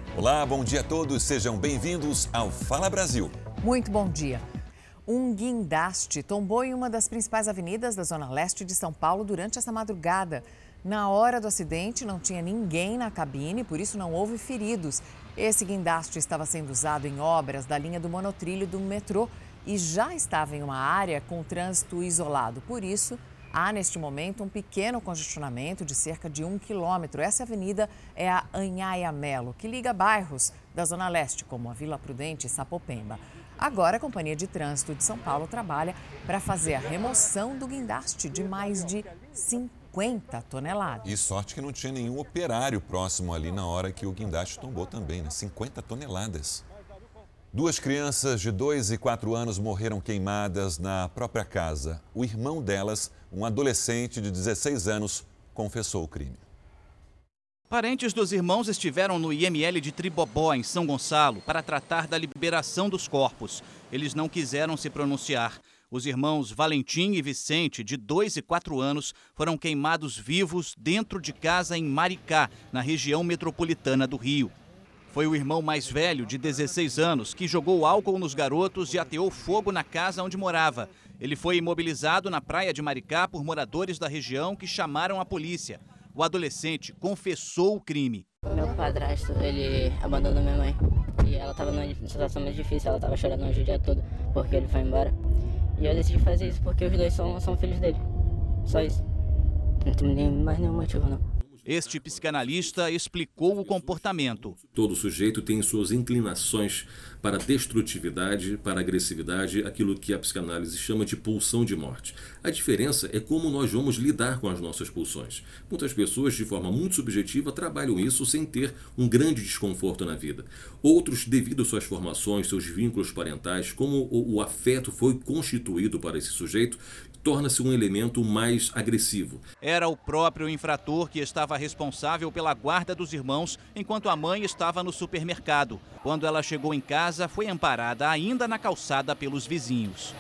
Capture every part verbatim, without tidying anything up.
Olá, bom dia a todos, sejam bem-vindos ao Fala Brasil. Muito bom dia. Um guindaste tombou em uma das principais avenidas da zona leste de São Paulo durante essa madrugada. Na hora do acidente, não tinha ninguém na cabine, por isso não houve feridos. Esse guindaste estava sendo usado em obras da linha do monotrilho do metrô e já estava em uma área com trânsito isolado. Por isso, há neste momento um pequeno congestionamento de cerca de um quilômetro. Essa avenida é a Anhaia Melo, que liga bairros da zona leste, como a Vila Prudente e Sapopemba. Agora, a Companhia de Trânsito de São Paulo trabalha para fazer a remoção do guindaste de mais de cinquenta toneladas. E sorte que não tinha nenhum operário próximo ali na hora que o guindaste tombou também, né? cinquenta toneladas. Duas crianças de dois e quatro anos morreram queimadas na própria casa. O irmão delas, um adolescente de dezesseis anos, confessou o crime. Parentes dos irmãos estiveram no I M L de Tribobó, em São Gonçalo, para tratar da liberação dos corpos. Eles não quiseram se pronunciar. Os irmãos Valentim e Vicente, de dois e quatro anos, foram queimados vivos dentro de casa em Maricá, na região metropolitana do Rio. Foi o irmão mais velho, de dezesseis anos, que jogou álcool nos garotos e ateou fogo na casa onde morava. Ele foi imobilizado na praia de Maricá por moradores da região que chamaram a polícia. O adolescente confessou o crime. Meu padrasto, ele abandonou minha mãe. E ela estava numa situação muito difícil, ela estava chorando hoje o dia todo porque ele foi embora. E eu decidi fazer isso porque os dois são, são filhos dele. Só isso. Não tem nem mais nenhum motivo, não. Este psicanalista explicou o comportamento. Todo sujeito tem suas inclinações para destrutividade, para agressividade, aquilo que a psicanálise chama de pulsão de morte. A diferença é como nós vamos lidar com as nossas pulsões. Muitas pessoas, de forma muito subjetiva, trabalham isso sem ter um grande desconforto na vida. Outros, devido às suas formações, seus vínculos parentais, como o, o afeto foi constituído para esse sujeito, torna-se um elemento mais agressivo. Era o próprio infrator que estava responsável pela guarda dos irmãos enquanto a mãe estava no supermercado. Quando ela chegou em casa, foi amparada ainda na calçada pelos vizinhos.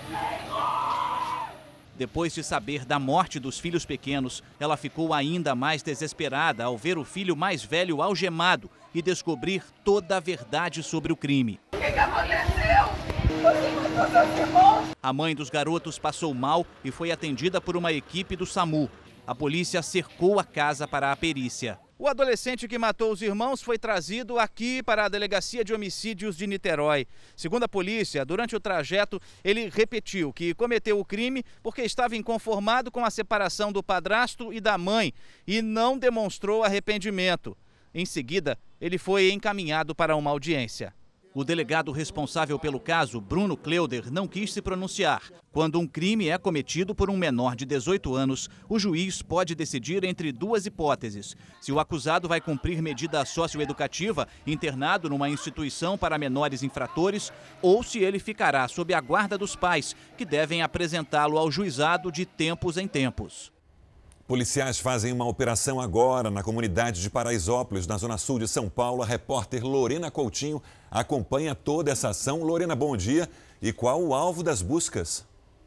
Depois de saber da morte dos filhos pequenos, ela ficou ainda mais desesperada ao ver o filho mais velho algemado e descobrir toda a verdade sobre o crime. O que aconteceu? Você matou seus irmãos? A mãe dos garotos passou mal e foi atendida por uma equipe do SAMU. A polícia cercou a casa para a perícia. O adolescente que matou os irmãos foi trazido aqui para a Delegacia de Homicídios de Niterói. Segundo a polícia, durante o trajeto, ele repetiu que cometeu o crime porque estava inconformado com a separação do padrasto e da mãe e não demonstrou arrependimento. Em seguida, ele foi encaminhado para uma audiência. O delegado responsável pelo caso, Bruno Cleuder, não quis se pronunciar. Quando um crime é cometido por um menor de dezoito anos, o juiz pode decidir entre duas hipóteses. Se o acusado vai cumprir medida socioeducativa, internado numa instituição para menores infratores, ou se ele ficará sob a guarda dos pais, que devem apresentá-lo ao juizado de tempos em tempos. Policiais fazem uma operação agora na comunidade de Paraisópolis, na zona sul de São Paulo. A repórter Lorena Coutinho acompanha toda essa ação. Lorena, bom dia. E qual o alvo das buscas?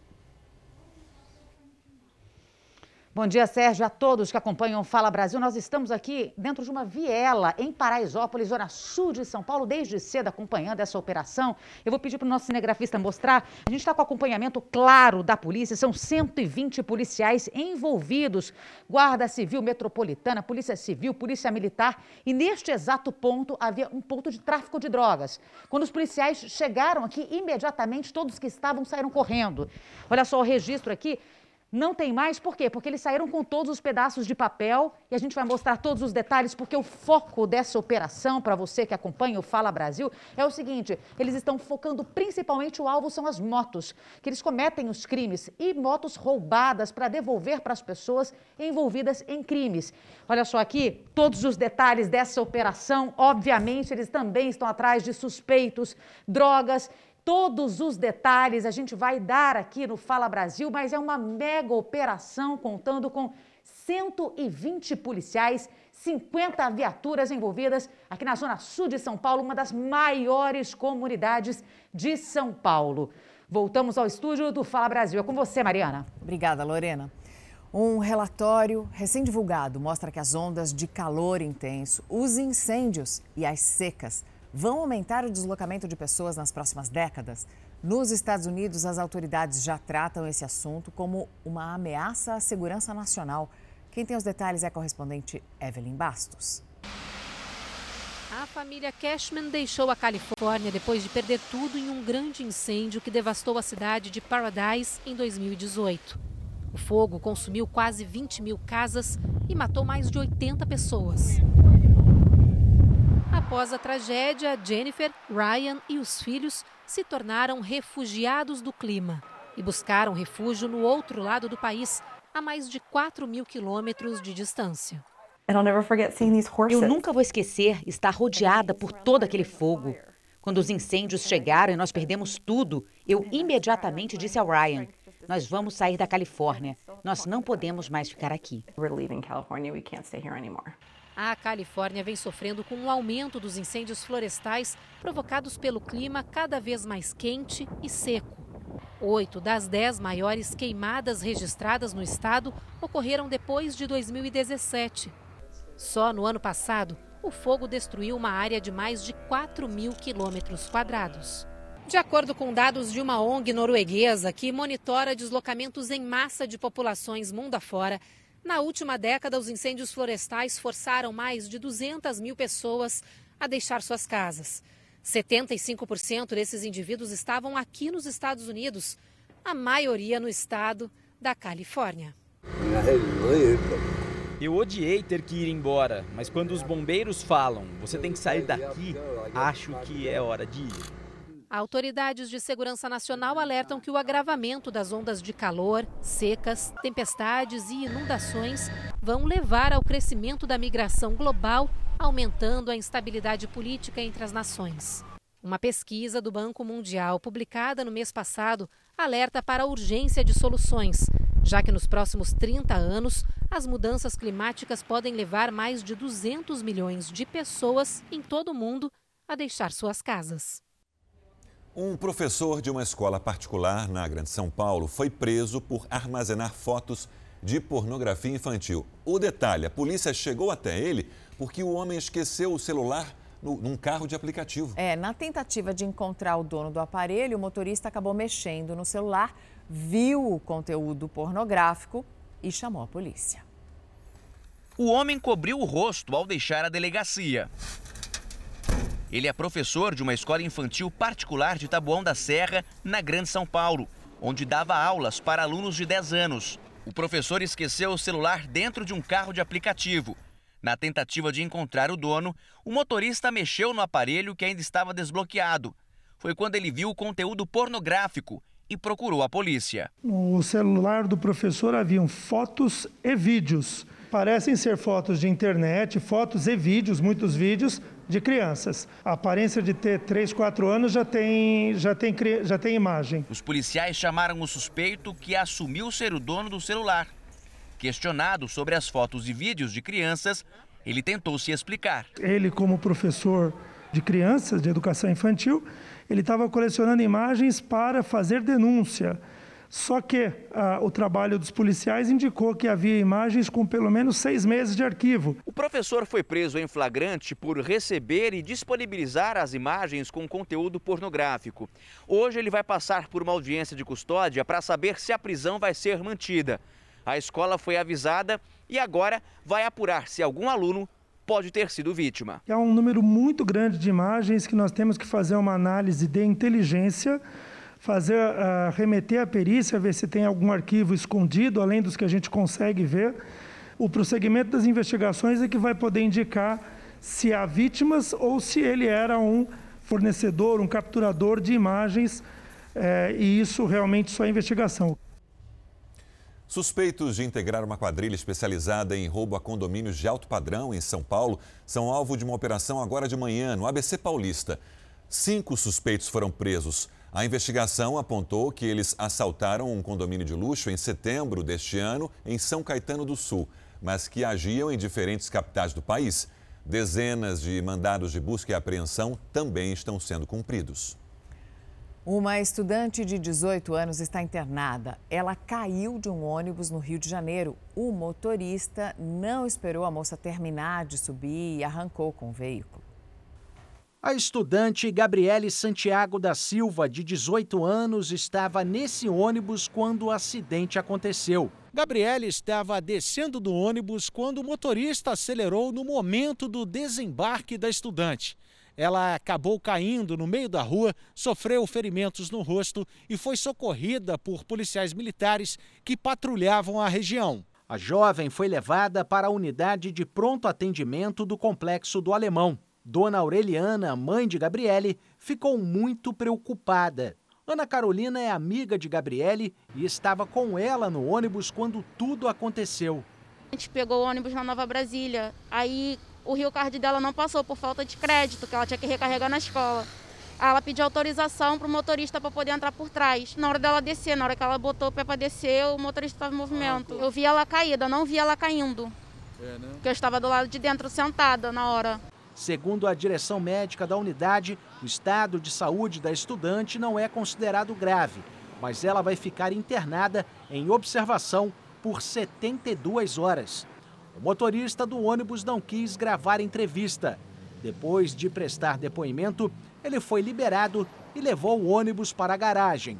Bom dia, Sérgio, a todos que acompanham o Fala Brasil. Nós estamos aqui dentro de uma viela em Paraisópolis, zona sul de São Paulo, desde cedo acompanhando essa operação. Eu vou pedir para o nosso cinegrafista mostrar. A gente está com acompanhamento claro da polícia, são cento e vinte policiais envolvidos, Guarda Civil Metropolitana, Polícia Civil, Polícia Militar. E neste exato ponto havia um ponto de tráfico de drogas. Quando os policiais chegaram aqui, imediatamente todos que estavam saíram correndo. Olha só o registro aqui. Não tem mais, por quê? Porque eles saíram com todos os pedaços de papel e a gente vai mostrar todos os detalhes, porque o foco dessa operação, para você que acompanha o Fala Brasil, é o seguinte: eles estão focando principalmente, o alvo são as motos, que eles cometem os crimes e motos roubadas para devolver para as pessoas envolvidas em crimes. Olha só aqui, todos os detalhes dessa operação, obviamente eles também estão atrás de suspeitos, drogas. Todos os detalhes a gente vai dar aqui no Fala Brasil, mas é uma mega operação contando com cento e vinte policiais, cinquenta viaturas envolvidas aqui na zona sul de São Paulo, uma das maiores comunidades de São Paulo. Voltamos ao estúdio do Fala Brasil. É com você, Mariana. Obrigada, Lorena. Um relatório recém-divulgado mostra que as ondas de calor intenso, os incêndios e as secas vão aumentar o deslocamento de pessoas nas próximas décadas. Nos Estados Unidos, as autoridades já tratam esse assunto como uma ameaça à segurança nacional. Quem tem os detalhes é a correspondente Evelyn Bastos. A família Cashman deixou a Califórnia depois de perder tudo em um grande incêndio que devastou a cidade de Paradise em dois mil e dezoito. O fogo consumiu quase vinte mil casas e matou mais de oitenta pessoas. Após a tragédia, Jennifer, Ryan e os filhos se tornaram refugiados do clima e buscaram refúgio no outro lado do país, a mais de quatro mil quilômetros de distância. Eu nunca vou esquecer estar rodeada por todo aquele fogo. Quando os incêndios chegaram e nós perdemos tudo, eu imediatamente disse ao Ryan: nós vamos sair da Califórnia. Nós não podemos mais ficar aqui. A Califórnia vem sofrendo com um aumento dos incêndios florestais provocados pelo clima cada vez mais quente e seco. Oito das dez maiores queimadas registradas no estado ocorreram depois de dois mil e dezessete. Só no ano passado, o fogo destruiu uma área de mais de quatro mil quilômetros quadrados. De acordo com dados de uma O N G norueguesa que monitora deslocamentos em massa de populações mundo afora, na última década os incêndios florestais forçaram mais de duzentas mil pessoas a deixar suas casas. setenta e cinco por cento desses indivíduos estavam aqui nos Estados Unidos, a maioria no estado da Califórnia. Eu odiei ter que ir embora, mas quando os bombeiros falam, você tem que sair daqui, acho que é hora de ir. Autoridades de segurança nacional alertam que o agravamento das ondas de calor, secas, tempestades e inundações vão levar ao crescimento da migração global, aumentando a instabilidade política entre as nações. Uma pesquisa do Banco Mundial, publicada no mês passado, alerta para a urgência de soluções, já que nos próximos trinta anos, as mudanças climáticas podem levar mais de duzentos milhões de pessoas em todo o mundo a deixar suas casas. Um professor de uma escola particular na Grande São Paulo foi preso por armazenar fotos de pornografia infantil. O detalhe, a polícia chegou até ele porque o homem esqueceu o celular no, num carro de aplicativo. É, na tentativa de encontrar o dono do aparelho, o motorista acabou mexendo no celular, viu o conteúdo pornográfico e chamou a polícia. O homem cobriu o rosto ao deixar a delegacia. Ele é professor de uma escola infantil particular de Taboão da Serra, na Grande São Paulo, onde dava aulas para alunos de dez anos. O professor esqueceu o celular dentro de um carro de aplicativo. Na tentativa de encontrar o dono, o motorista mexeu no aparelho que ainda estava desbloqueado. Foi quando ele viu o conteúdo pornográfico e procurou a polícia. No celular do professor haviam fotos e vídeos. Parecem ser fotos de internet, fotos e vídeos, muitos vídeos de crianças. A aparência de ter três, quatro anos já tem, já tem, já tem imagem. Os policiais chamaram o suspeito, que assumiu ser o dono do celular. Questionado sobre as fotos e vídeos de crianças, ele tentou se explicar. Ele, como professor de crianças, de educação infantil, ele estava colecionando imagens para fazer denúncia. Só que ah, o trabalho dos policiais indicou que havia imagens com pelo menos seis meses de arquivo. O professor foi preso em flagrante por receber e disponibilizar as imagens com conteúdo pornográfico. Hoje ele vai passar por uma audiência de custódia para saber se a prisão vai ser mantida. A escola foi avisada e agora vai apurar se algum aluno pode ter sido vítima. É um número muito grande de imagens que nós temos que fazer uma análise de inteligência, fazer, uh, remeter à perícia, ver se tem algum arquivo escondido, além dos que a gente consegue ver. O prosseguimento das investigações é que vai poder indicar se há vítimas ou se ele era um fornecedor, um capturador de imagens, eh, e isso realmente só é investigação. Suspeitos de integrar uma quadrilha especializada em roubo a condomínios de alto padrão em São Paulo são alvo de uma operação agora de manhã no A B C Paulista. Cinco suspeitos foram presos. A investigação apontou que eles assaltaram um condomínio de luxo em setembro deste ano em São Caetano do Sul, mas que agiam em diferentes capitais do país. Dezenas de mandados de busca e apreensão também estão sendo cumpridos. Uma estudante de dezoito anos está internada. Ela caiu de um ônibus no Rio de Janeiro. O motorista não esperou a moça terminar de subir e arrancou com o veículo. A estudante Gabriele Santiago da Silva, de dezoito anos, estava nesse ônibus quando o acidente aconteceu. Gabriele estava descendo do ônibus quando o motorista acelerou no momento do desembarque da estudante. Ela acabou caindo no meio da rua, sofreu ferimentos no rosto e foi socorrida por policiais militares que patrulhavam a região. A jovem foi levada para a unidade de pronto atendimento do Complexo do Alemão. Dona Aureliana, mãe de Gabriele, ficou muito preocupada. Ana Carolina é amiga de Gabriele e estava com ela no ônibus quando tudo aconteceu. A gente pegou o ônibus na Nova Brasília, aí o Rio Card dela não passou por falta de crédito, que ela tinha que recarregar na escola. Aí ela pediu autorização para o motorista para poder entrar por trás. Na hora dela descer, na hora que ela botou o pé para descer, o motorista estava em movimento. Eu vi ela caída, não vi ela caindo, é, né? Porque eu estava do lado de dentro, sentada na hora. Segundo a direção médica da unidade, o estado de saúde da estudante não é considerado grave, mas ela vai ficar internada em observação por setenta e duas horas. O motorista do ônibus não quis gravar entrevista. Depois de prestar depoimento, ele foi liberado e levou o ônibus para a garagem.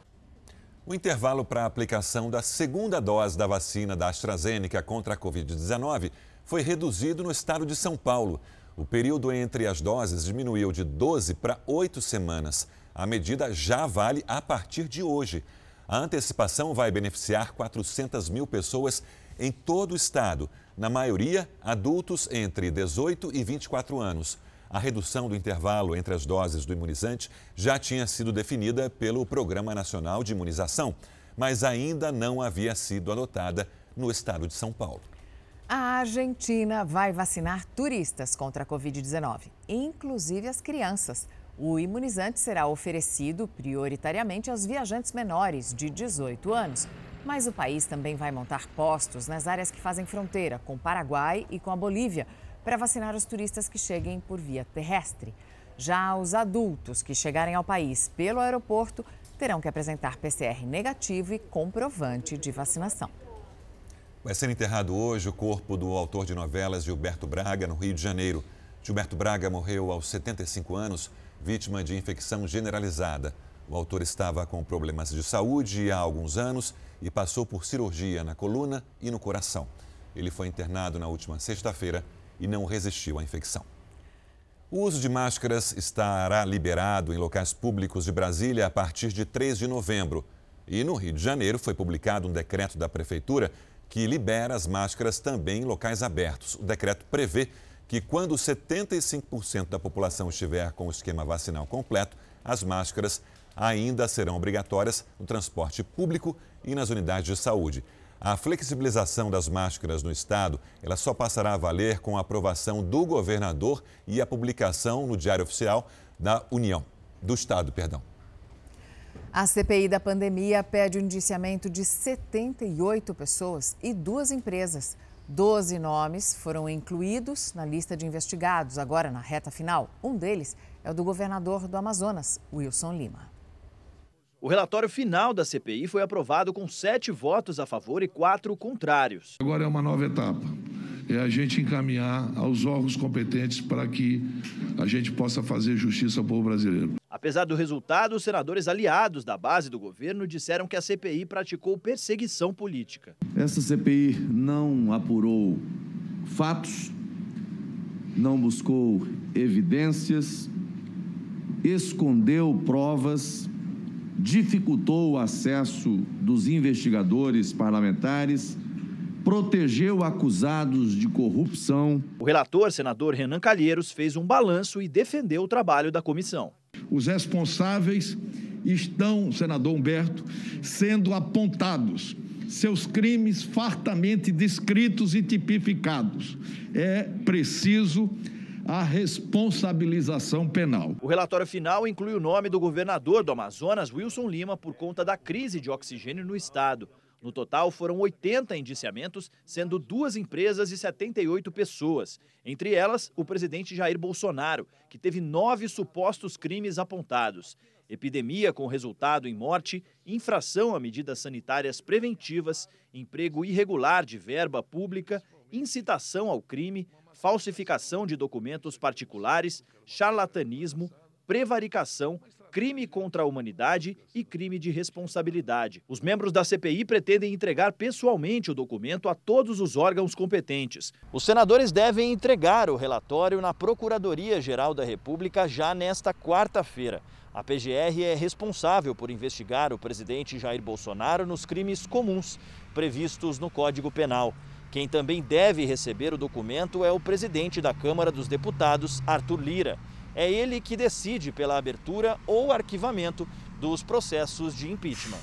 O intervalo para a aplicação da segunda dose da vacina da AstraZeneca contra a covid dezenove foi reduzido no estado de São Paulo. O período entre as doses diminuiu de doze para oito semanas. A medida já vale a partir de hoje. A antecipação vai beneficiar quatrocentas mil pessoas em todo o estado, na maioria adultos entre dezoito e vinte e quatro anos. A redução do intervalo entre as doses do imunizante já tinha sido definida pelo Programa Nacional de Imunização, mas ainda não havia sido adotada no estado de São Paulo. A Argentina vai vacinar turistas contra a covid dezenove, inclusive as crianças. O imunizante será oferecido prioritariamente aos viajantes menores de dezoito anos. Mas o país também vai montar postos nas áreas que fazem fronteira com o Paraguai e com a Bolívia para vacinar os turistas que cheguem por via terrestre. Já os adultos que chegarem ao país pelo aeroporto terão que apresentar P C R negativo e comprovante de vacinação. Vai ser enterrado hoje o corpo do autor de novelas Gilberto Braga, no Rio de Janeiro. Gilberto Braga morreu aos setenta e cinco anos, vítima de infecção generalizada. O autor estava com problemas de saúde há alguns anos e passou por cirurgia na coluna e no coração. Ele foi internado na última sexta-feira e não resistiu à infecção. O uso de máscaras estará liberado em locais públicos de Brasília a partir de três de novembro. E no Rio de Janeiro foi publicado um decreto da Prefeitura que libera as máscaras também em locais abertos. O decreto prevê que quando setenta e cinco por cento da população estiver com o esquema vacinal completo, as máscaras ainda serão obrigatórias no transporte público e nas unidades de saúde. A flexibilização das máscaras no estado, ela só passará a valer com a aprovação do governador e a publicação no Diário Oficial da União, do Estado, perdão. A C P I da pandemia pede o indiciamento de setenta e oito pessoas e duas empresas. Doze nomes foram incluídos na lista de investigados, agora na reta final. Um deles é o do governador do Amazonas, Wilson Lima. O relatório final da C P I foi aprovado com sete votos a favor e quatro contrários. Agora é uma nova etapa. É a gente encaminhar aos órgãos competentes para que a gente possa fazer justiça ao povo brasileiro. Apesar do resultado, os senadores aliados da base do governo disseram que a C P I praticou perseguição política. Essa C P I não apurou fatos, não buscou evidências, escondeu provas, dificultou o acesso dos investigadores parlamentares, protegeu acusados de corrupção. O relator, senador Renan Calheiros, fez um balanço e defendeu o trabalho da comissão. Os responsáveis estão, senador Humberto, sendo apontados, seus crimes fartamente descritos e tipificados. É preciso a responsabilização penal. O relatório final inclui o nome do governador do Amazonas, Wilson Lima, por conta da crise de oxigênio no estado. No total, foram oitenta indiciamentos, sendo duas empresas e setenta e oito pessoas. Entre elas, o presidente Jair Bolsonaro, que teve nove supostos crimes apontados. epidemia com resultado em morte, infração a medidas sanitárias preventivas, emprego irregular de verba pública, incitação ao crime, falsificação de documentos particulares, charlatanismo, prevaricação, crime contra a humanidade e crime de responsabilidade. Os membros da C P I pretendem entregar pessoalmente o documento a todos os órgãos competentes. Os senadores devem entregar o relatório na Procuradoria-Geral da República já nesta quarta-feira. A P G R é responsável por investigar o presidente Jair Bolsonaro nos crimes comuns previstos no Código Penal. Quem também deve receber o documento é o presidente da Câmara dos Deputados, Arthur Lira. É ele que decide pela abertura ou arquivamento dos processos de impeachment.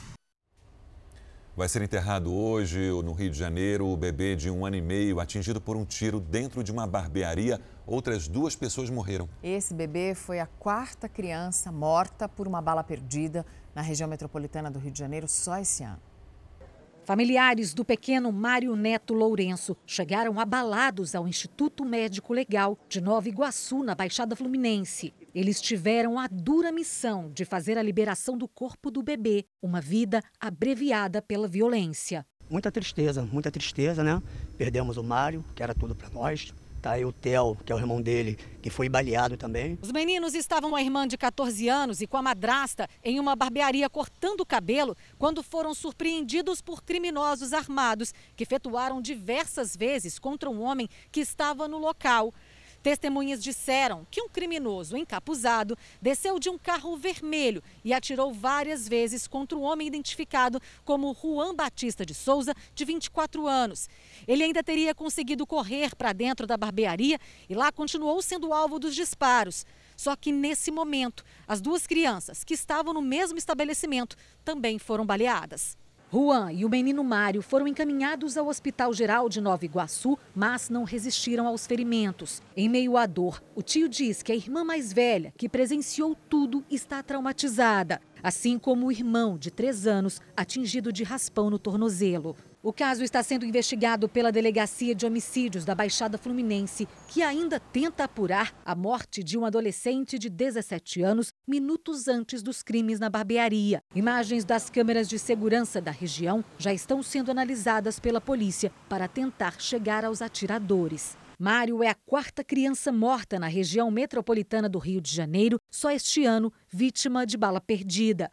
Vai ser enterrado hoje, no Rio de Janeiro, o bebê de um ano e meio atingido por um tiro dentro de uma barbearia. Outras duas pessoas morreram. Esse bebê foi a quarta criança morta por uma bala perdida na região metropolitana do Rio de Janeiro só esse ano. Familiares do pequeno Mário Neto Lourenço chegaram abalados ao Instituto Médico Legal de Nova Iguaçu, na Baixada Fluminense. Eles tiveram a dura missão de fazer a liberação do corpo do bebê, uma vida abreviada pela violência. Muita tristeza, muita tristeza, né? Perdemos o Mário, que era tudo para nós. Tá aí o Theo, que é o irmão dele, que foi baleado também. Os meninos estavam com a irmã de catorze anos e com a madrasta em uma barbearia cortando o cabelo quando foram surpreendidos por criminosos armados que efetuaram diversas vezes contra um homem que estava no local. Testemunhas disseram que um criminoso encapuzado desceu de um carro vermelho e atirou várias vezes contra o homem identificado como Juan Batista de Souza, de vinte e quatro anos. Ele ainda teria conseguido correr para dentro da barbearia e lá continuou sendo alvo dos disparos. Só que nesse momento, as duas crianças que estavam no mesmo estabelecimento também foram baleadas. Juan e o menino Mário foram encaminhados ao Hospital Geral de Nova Iguaçu, mas não resistiram aos ferimentos. Em meio à dor, o tio diz que a irmã mais velha, que presenciou tudo, está traumatizada, assim como o irmão, de três anos, atingido de raspão no tornozelo. O caso está sendo investigado pela Delegacia de Homicídios da Baixada Fluminense, que ainda tenta apurar a morte de um adolescente de dezessete anos, minutos antes dos crimes na barbearia. Imagens das câmeras de segurança da região já estão sendo analisadas pela polícia para tentar chegar aos atiradores. Mário é a quarta criança morta na região metropolitana do Rio de Janeiro, só este ano, vítima de bala perdida.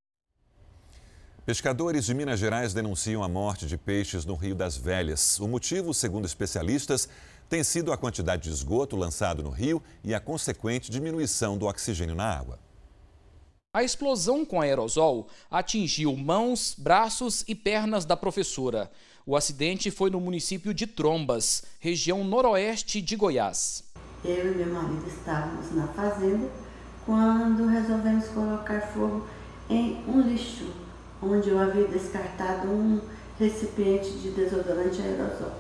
Pescadores de Minas Gerais denunciam a morte de peixes no Rio das Velhas. O motivo, segundo especialistas, tem sido a quantidade de esgoto lançado no rio e a consequente diminuição do oxigênio na água. A explosão com aerosol atingiu mãos, braços e pernas da professora. O acidente foi no município de Trombas, região noroeste de Goiás. Eu e meu marido estávamos na fazenda quando resolvemos colocar fogo em um lixo, onde eu havia descartado um recipiente de desodorante aerosol.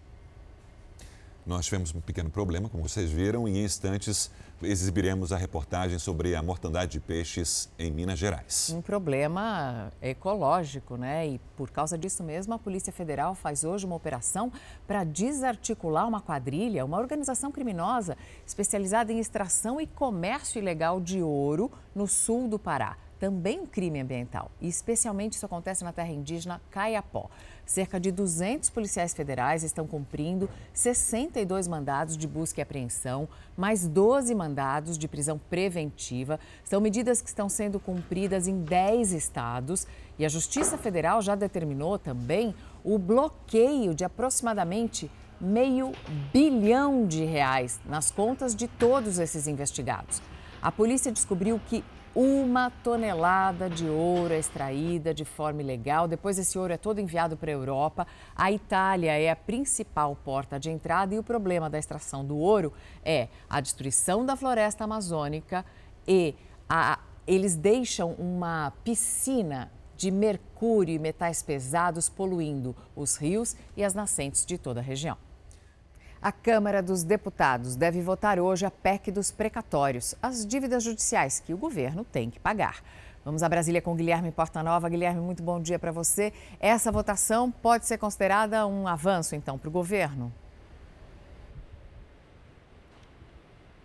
Nós tivemos um pequeno problema, como vocês viram, e em instantes exibiremos a reportagem sobre a mortandade de peixes em Minas Gerais. Um problema ecológico, né? E por causa disso mesmo, a Polícia Federal faz hoje uma operação para desarticular uma quadrilha, uma organização criminosa especializada em extração e comércio ilegal de ouro no sul do Pará. Também um crime ambiental, e especialmente isso acontece na terra indígena Caiapó. Cerca de duzentos policiais federais estão cumprindo sessenta e dois mandados de busca e apreensão, mais doze mandados de prisão preventiva. São medidas que estão sendo cumpridas em dez estados e a Justiça Federal já determinou também o bloqueio de aproximadamente meio bilhão de reais nas contas de todos esses investigados. A polícia descobriu que uma tonelada de ouro é extraída de forma ilegal. Depois, esse ouro é todo enviado para a Europa. A Itália é a principal porta de entrada e o problema da extração do ouro é a destruição da floresta amazônica e a, eles deixam uma piscina de mercúrio e metais pesados poluindo os rios e as nascentes de toda a região. A Câmara dos Deputados deve votar hoje a P E C dos precatórios, as dívidas judiciais que o governo tem que pagar. Vamos a Brasília com Guilherme Portanova. Guilherme, muito bom dia para você. Essa votação pode ser considerada um avanço, então, para o governo?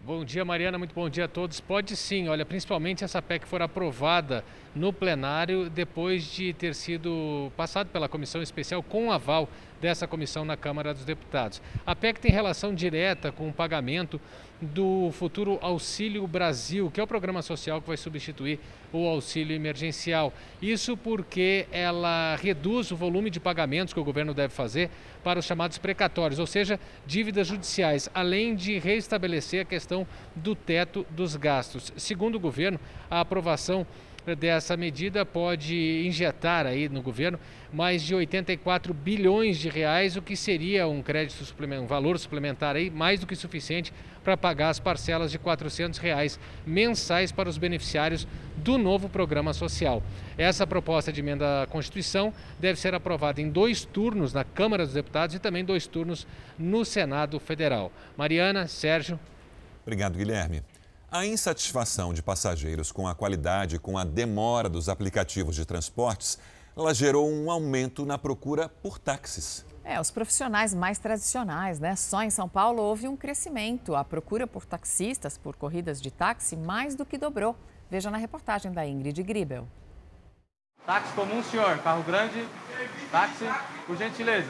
Bom dia, Mariana, muito bom dia a todos. Pode sim, olha, principalmente essa P E C for aprovada no plenário depois de ter sido passado pela comissão especial com aval dessa comissão na Câmara dos Deputados. A P E C tem relação direta com o pagamento do futuro Auxílio Brasil, que é o programa social que vai substituir o auxílio emergencial. Isso porque ela reduz o volume de pagamentos que o governo deve fazer para os chamados precatórios, ou seja, dívidas judiciais, além de restabelecer a questão do teto dos gastos. Segundo o governo, a aprovação dessa medida pode injetar aí no governo mais de oitenta e quatro bilhões de reais, o que seria um crédito suplementar, um valor suplementar aí mais do que suficiente para pagar as parcelas de quatrocentos reais mensais para os beneficiários do novo programa social. Essa proposta de emenda à Constituição deve ser aprovada em dois turnos na Câmara dos Deputados e também dois turnos no Senado Federal. Mariana, Sérgio. Obrigado, Guilherme. A insatisfação de passageiros com a qualidade e com a demora dos aplicativos de transportes, ela gerou um aumento na procura por táxis. É, os profissionais mais tradicionais, né? Só em São Paulo houve um crescimento. A procura por taxistas, por corridas de táxi, mais do que dobrou. Veja na reportagem da Ingrid Gribel. Táxi comum, senhor. Carro grande, táxi, por gentileza.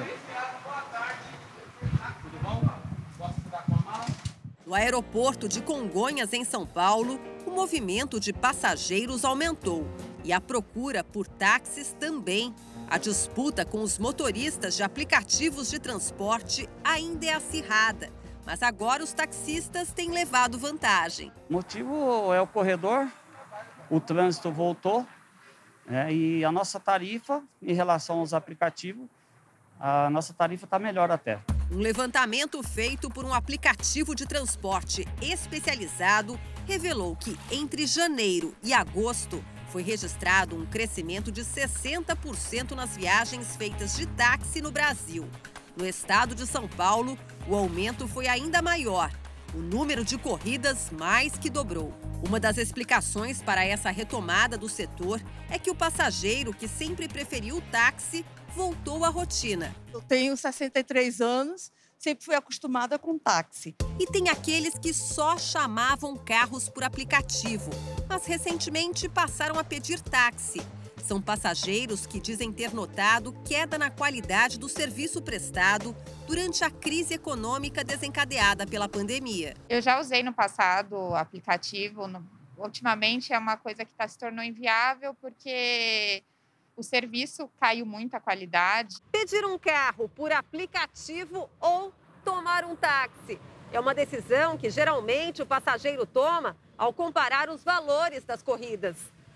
Tudo bom? Posso ficar com a mala? No aeroporto de Congonhas, em São Paulo, o movimento de passageiros aumentou e a procura por táxis também. A disputa com os motoristas de aplicativos de transporte ainda é acirrada, mas agora os taxistas têm levado vantagem. O motivo é o corredor, o trânsito voltou, né, e a nossa tarifa, em relação aos aplicativos, a nossa tarifa está melhor até. Um levantamento feito por um aplicativo de transporte especializado revelou que entre janeiro e agosto foi registrado um crescimento de sessenta por cento nas viagens feitas de táxi no Brasil. No estado de São Paulo, o aumento foi ainda maior. O número de corridas mais que dobrou. Uma das explicações para essa retomada do setor é que o passageiro que sempre preferiu o táxi voltou à rotina. Eu tenho sessenta e três anos, sempre fui acostumada com táxi. E tem aqueles que só chamavam carros por aplicativo, mas recentemente passaram a pedir táxi. São passageiros que dizem ter notado queda na qualidade do serviço prestado durante a crise econômica desencadeada pela pandemia. Eu já usei no passado aplicativo. No... Ultimamente é uma coisa que tá, se tornou inviável porque o serviço caiu muito a qualidade. Pedir um carro por aplicativo ou tomar um táxi é uma decisão que geralmente o passageiro toma ao comparar os valores das corridas.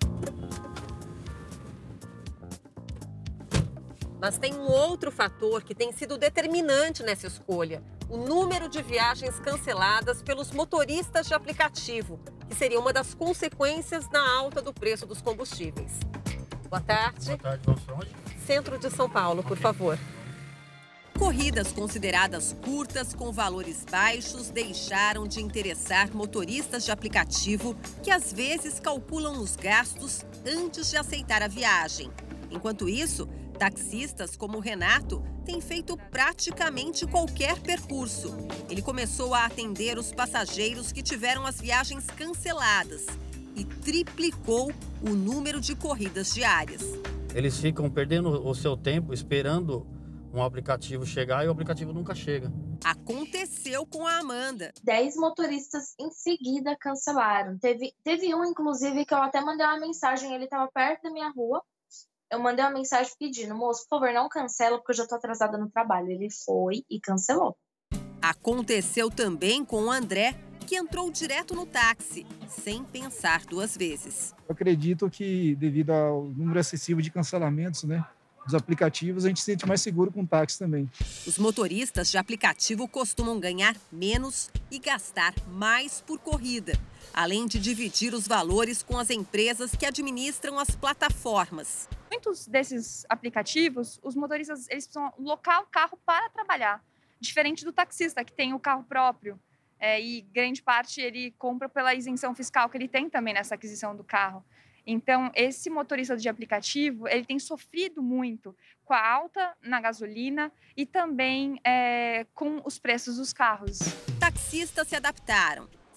Mas tem um outro fator que tem sido determinante nessa escolha: o número de viagens canceladas pelos motoristas de aplicativo, que seria uma das consequências da alta do preço dos combustíveis. Boa tarde. Boa tarde, vamos para onde? Centro de São Paulo, por favor. Corridas consideradas curtas, com valores baixos, deixaram de interessar motoristas de aplicativo que às vezes calculam os gastos antes de aceitar a viagem. Enquanto isso, taxistas como o Renato têm feito praticamente qualquer percurso. Ele começou a atender os passageiros que tiveram as viagens canceladas e triplicou o número de corridas diárias. Eles ficam perdendo o seu tempo esperando um aplicativo chegar e o aplicativo nunca chega. Aconteceu com a Amanda. Dez motoristas em seguida cancelaram. Teve, teve um, inclusive, que eu até mandei uma mensagem, ele estava perto da minha rua. Eu mandei uma mensagem pedindo: moço, por favor, não cancela porque eu já estou atrasada no trabalho. Ele foi e cancelou. Aconteceu também com o André, que entrou direto no táxi, sem pensar duas vezes. Eu acredito que, devido ao número excessivo de cancelamentos, né, dos aplicativos, a gente se sente mais seguro com o táxi também. Os motoristas de aplicativo costumam ganhar menos e gastar mais por corrida, além de dividir os valores com as empresas que administram as plataformas. Muitos desses aplicativos, os motoristas eles precisam locar o carro para trabalhar, diferente do taxista, que tem o carro próprio. É, e grande parte ele compra pela isenção fiscal que ele tem também nessa aquisição do carro. Então, esse motorista de aplicativo, ele tem sofrido muito com a alta na gasolina e também é, com os preços dos carros. Taxistas se adaptaram,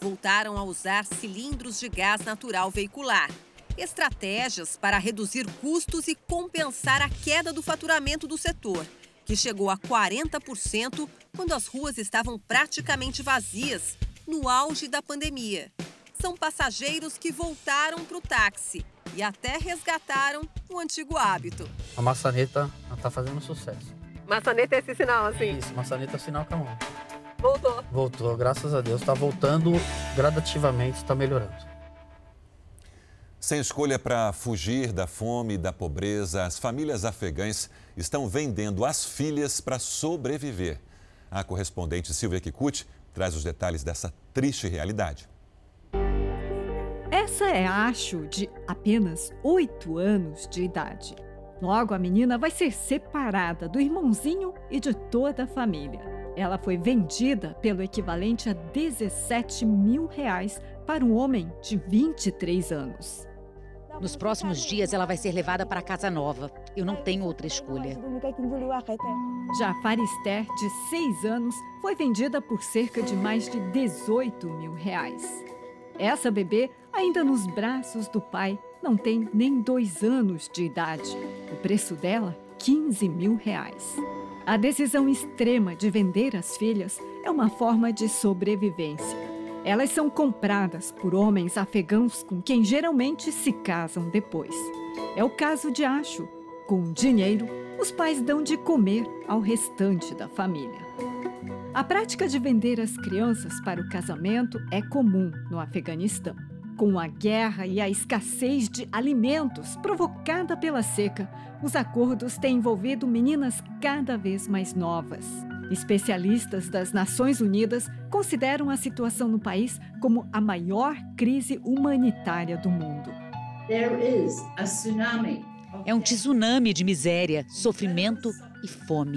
voltaram a usar cilindros de gás natural veicular. Estratégias para reduzir custos e compensar a queda do faturamento do setor, que chegou a quarenta por cento quando as ruas estavam praticamente vazias, no auge da pandemia. São passageiros que voltaram para o táxi e até resgataram o antigo hábito. A maçaneta está fazendo sucesso. Maçaneta é esse sinal, assim? Isso, maçaneta é sinal com a mão. Voltou. Voltou, graças a Deus. Está voltando gradativamente, está melhorando. Sem escolha para fugir da fome e da pobreza, as famílias afegãs estão vendendo as filhas para sobreviver. A correspondente Silvia Kikuchi traz os detalhes dessa triste realidade. Essa é a Ashu, de apenas oito anos de idade. Logo, a menina vai ser separada do irmãozinho e de toda a família. Ela foi vendida pelo equivalente a dezessete mil reais para um homem de vinte e três anos. Nos próximos dias, ela vai ser levada para a casa nova. Eu não tenho outra escolha. Já a Farister, de seis anos, foi vendida por cerca de mais de dezoito mil reais. Essa bebê, ainda nos braços do pai, não tem nem dois anos de idade. O preço dela, quinze mil reais. A decisão extrema de vender as filhas é uma forma de sobrevivência. Elas são compradas por homens afegãos com quem geralmente se casam depois. É o caso de Ashu. Com dinheiro, os pais dão de comer ao restante da família. A prática de vender as crianças para o casamento é comum no Afeganistão. Com a guerra e a escassez de alimentos provocada pela seca, os acordos têm envolvido meninas cada vez mais novas. Especialistas das Nações Unidas consideram a situação no país como a maior crise humanitária do mundo. É um tsunami de miséria, sofrimento e fome.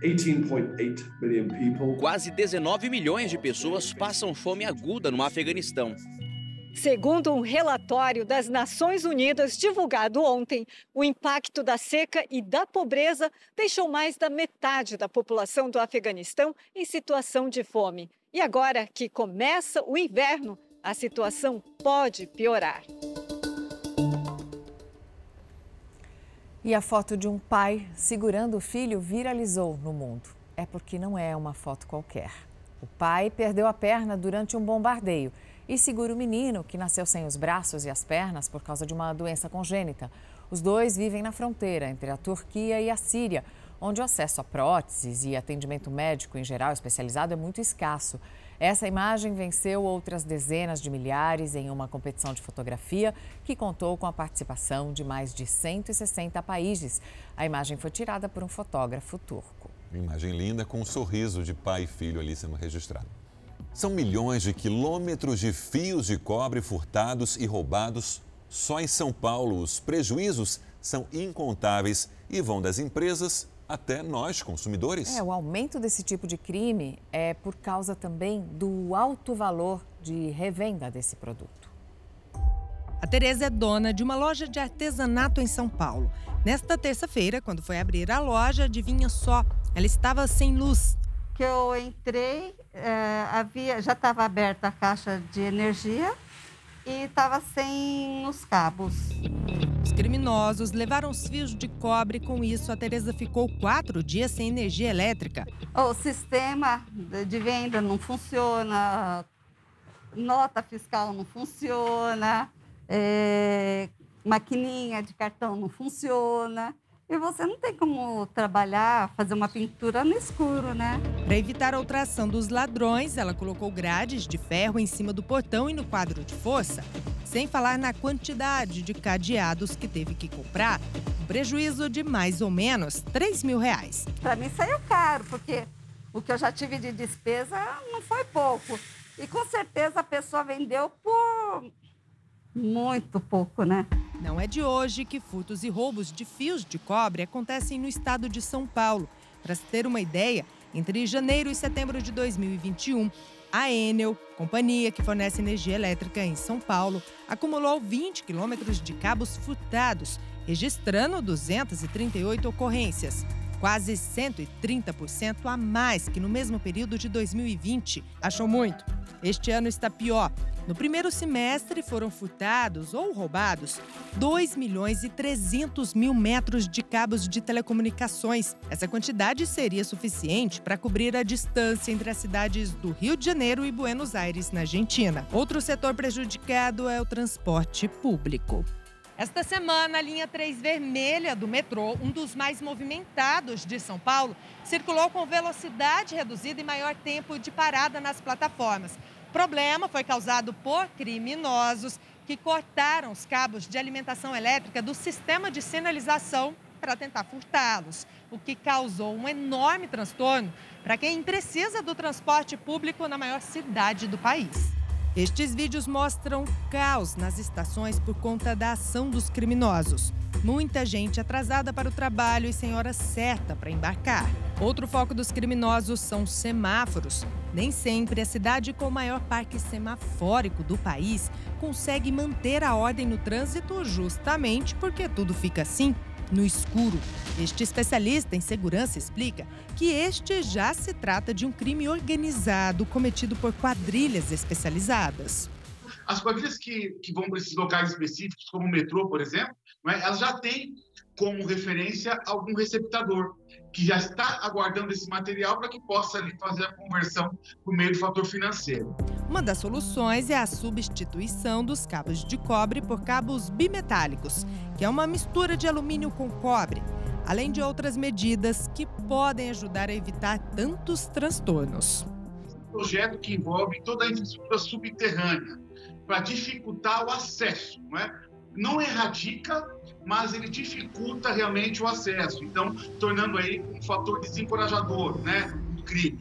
Quase dezenove milhões de pessoas passam fome aguda no Afeganistão. Segundo um relatório das Nações Unidas divulgado ontem, o impacto da seca e da pobreza deixou mais da metade da população do Afeganistão em situação de fome. E agora que começa o inverno, a situação pode piorar. E a foto de um pai segurando o filho viralizou no mundo. É porque não é uma foto qualquer. O pai perdeu a perna durante um bombardeio e segura o menino, que nasceu sem os braços e as pernas por causa de uma doença congênita. Os dois vivem na fronteira entre a Turquia e a Síria, onde o acesso a próteses e atendimento médico em geral especializado é muito escasso. Essa imagem venceu outras dezenas de milhares em uma competição de fotografia que contou com a participação de mais de cento e sessenta países. A imagem foi tirada por um fotógrafo turco. Imagem linda com um sorriso de pai e filho ali sendo registrado. São milhões de quilômetros de fios de cobre furtados e roubados só em São Paulo. Os prejuízos são incontáveis e vão das empresas até nós, consumidores. É, o aumento desse tipo de crime é por causa também do alto valor de revenda desse produto. A Tereza é dona de uma loja de artesanato em São Paulo. Nesta terça-feira, quando foi abrir a loja, adivinha só, ela estava sem luz. Que eu entrei, é, havia, já estava aberta a caixa de energia e estava sem os cabos. Os criminosos levaram os fios de cobre, com isso a Tereza ficou quatro dias sem energia elétrica. O sistema de venda não funciona, nota fiscal não funciona, é, maquininha de cartão não funciona. E você não tem como trabalhar, fazer uma pintura no escuro, né? Para evitar a ultração dos ladrões, ela colocou grades de ferro em cima do portão e no quadro de força. Sem falar na quantidade de cadeados que teve que comprar, um prejuízo de mais ou menos três mil reais. Para mim saiu caro, porque o que eu já tive de despesa não foi pouco. E com certeza a pessoa vendeu por muito pouco, né? Não é de hoje que furtos e roubos de fios de cobre acontecem no estado de São Paulo. Para se ter uma ideia, entre janeiro e setembro de dois mil e vinte e um, a Enel, companhia que fornece energia elétrica em São Paulo, acumulou vinte quilômetros de cabos furtados, registrando duzentas e trinta e oito ocorrências. quase cento e trinta por cento a mais que no mesmo período de dois mil e vinte. Achou muito? Este ano está pior. No primeiro semestre foram furtados ou roubados dois milhões e trezentos mil metros de cabos de telecomunicações. Essa quantidade seria suficiente para cobrir a distância entre as cidades do Rio de Janeiro e Buenos Aires, na Argentina. Outro setor prejudicado é o transporte público. Esta semana, a linha três vermelha do metrô, um dos mais movimentados de São Paulo, circulou com velocidade reduzida e maior tempo de parada nas plataformas. O problema foi causado por criminosos que cortaram os cabos de alimentação elétrica do sistema de sinalização para tentar furtá-los, o que causou um enorme transtorno para quem precisa do transporte público na maior cidade do país. Estes vídeos mostram caos nas estações por conta da ação dos criminosos. Muita gente atrasada para o trabalho e sem hora certa para embarcar. Outro foco dos criminosos são semáforos. Nem sempre a cidade com o maior parque semafórico do país consegue manter a ordem no trânsito justamente porque tudo fica assim, no escuro. Este especialista em segurança explica que este já se trata de um crime organizado cometido por quadrilhas especializadas. As quadrilhas que, que vão para esses locais específicos, como o metrô, por exemplo, né, elas já têm como referência algum receptador que já está aguardando esse material para que possa ali fazer a conversão por meio do fator financeiro. Uma das soluções é a substituição dos cabos de cobre por cabos bimetálicos, que é uma mistura de alumínio com cobre, além de outras medidas que podem ajudar a evitar tantos transtornos. Um projeto que envolve toda a infraestrutura subterrânea para dificultar o acesso, não é? Não erradica, mas ele dificulta realmente o acesso, então tornando aí um fator desencorajador, né, do crime.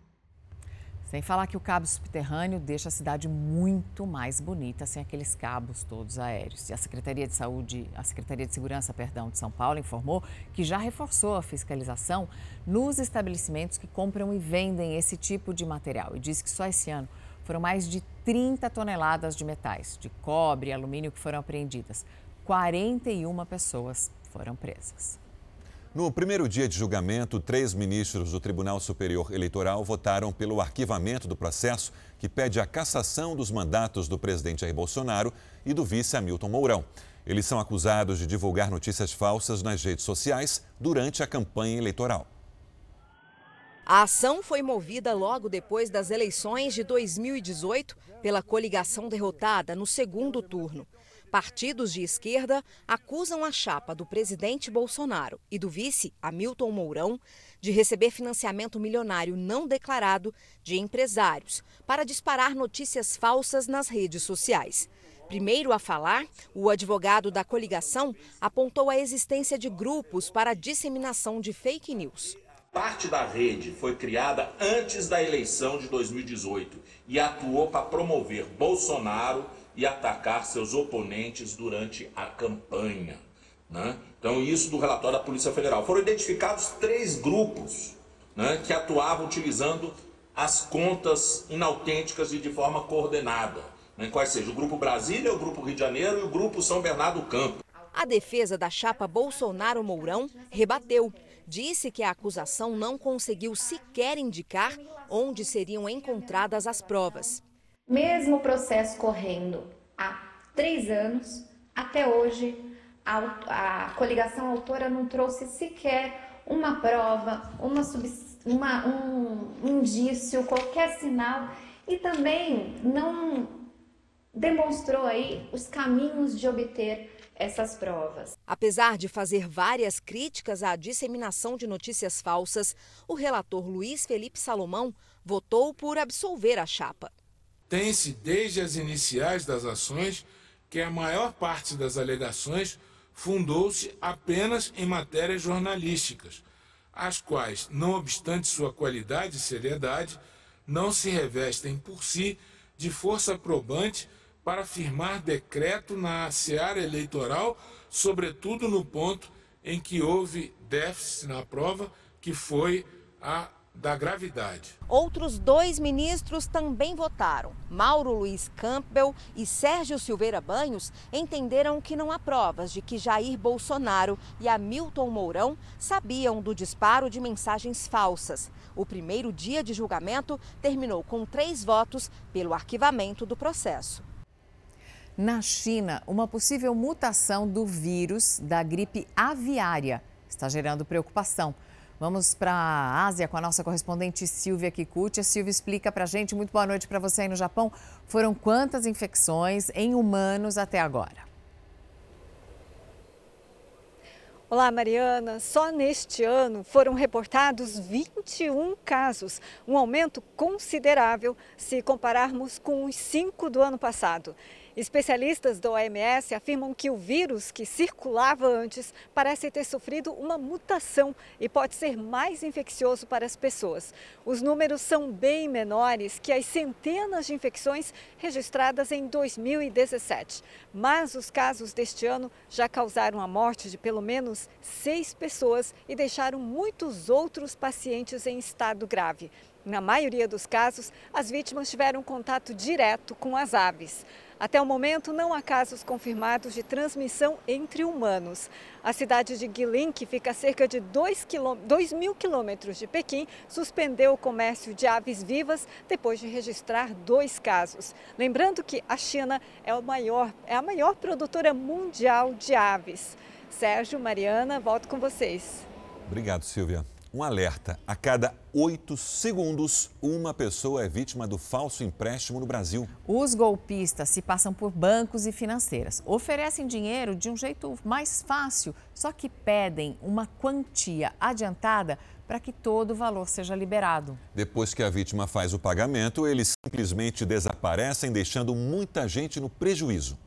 Sem falar que o cabo subterrâneo deixa a cidade muito mais bonita sem aqueles cabos todos aéreos. E a Secretaria de Saúde, a Secretaria de Segurança, perdão, de São Paulo informou que já reforçou a fiscalização nos estabelecimentos que compram e vendem esse tipo de material e diz que só esse ano foram mais de trinta toneladas de metais, de cobre e alumínio que foram apreendidas. quarenta e uma pessoas foram presas. No primeiro dia de julgamento, três ministros do Tribunal Superior Eleitoral votaram pelo arquivamento do processo que pede a cassação dos mandatos do presidente Jair Bolsonaro e do vice Hamilton Mourão. Eles são acusados de divulgar notícias falsas nas redes sociais durante a campanha eleitoral. A ação foi movida logo depois das eleições de dois mil e dezoito pela coligação derrotada no segundo turno. Partidos de esquerda acusam a chapa do presidente Bolsonaro e do vice Hamilton Mourão de receber financiamento milionário não declarado de empresários para disparar notícias falsas nas redes sociais. Primeiro a falar, o advogado da coligação apontou a existência de grupos para a disseminação de fake news. Parte da rede foi criada antes da eleição de dois mil e dezoito e atuou para promover Bolsonaro e atacar seus oponentes durante a campanha, né? Então, isso do relatório da Polícia Federal. Foram identificados três grupos, né, que atuavam utilizando as contas inautênticas e de forma coordenada, né? Quais sejam o Grupo Brasília, o Grupo Rio de Janeiro e o Grupo São Bernardo do Campo. A defesa da chapa Bolsonaro-Mourão rebateu. Disse que a acusação não conseguiu sequer indicar onde seriam encontradas as provas. Mesmo o processo correndo há três anos, até hoje, a, a coligação autora não trouxe sequer uma prova, uma, uma, um indício, qualquer sinal e também não demonstrou aí os caminhos de obter essas provas. Apesar de fazer várias críticas à disseminação de notícias falsas, o relator Luiz Felipe Salomão votou por absolver a chapa. Tem-se desde as iniciais das ações que a maior parte das alegações fundou-se apenas em matérias jornalísticas, as quais, não obstante sua qualidade e seriedade, não se revestem por si de força probante para firmar decreto na seara eleitoral, sobretudo no ponto em que houve déficit na prova, que foi a da gravidade. Outros dois ministros também votaram. Mauro Luiz Campbell e Sérgio Silveira Banhos entenderam que não há provas de que Jair Bolsonaro e Hamilton Mourão sabiam do disparo de mensagens falsas. O primeiro dia de julgamento terminou com três votos pelo arquivamento do processo. Na China, uma possível mutação do vírus da gripe aviária está gerando preocupação. Vamos para a Ásia com a nossa correspondente Silvia Kikuchi. A Silvia explica para a gente. Muito boa noite para você aí no Japão. Foram quantas infecções em humanos até agora? Olá, Mariana. Só neste ano foram reportados vinte e um casos, um aumento considerável se compararmos com os cinco do ano passado. Especialistas da O M S afirmam que o vírus que circulava antes parece ter sofrido uma mutação e pode ser mais infeccioso para as pessoas. Os números são bem menores que as centenas de infecções registradas em dois mil e dezessete. Mas os casos deste ano já causaram a morte de pelo menos seis pessoas e deixaram muitos outros pacientes em estado grave. Na maioria dos casos, as vítimas tiveram contato direto com as aves. Até o momento, não há casos confirmados de transmissão entre humanos. A cidade de Guilin, que fica a cerca de dois mil quilômetros de Pequim, suspendeu o comércio de aves vivas depois de registrar dois casos. Lembrando que a China é, o maior, é a maior produtora mundial de aves. Sérgio, Mariana, volto com vocês. Obrigado, Silvia. Um alerta: a cada oito segundos, uma pessoa é vítima do falso empréstimo no Brasil. Os golpistas se passam por bancos e financeiras. Oferecem dinheiro de um jeito mais fácil, só que pedem uma quantia adiantada para que todo o valor seja liberado. Depois que a vítima faz o pagamento, eles simplesmente desaparecem, deixando muita gente no prejuízo.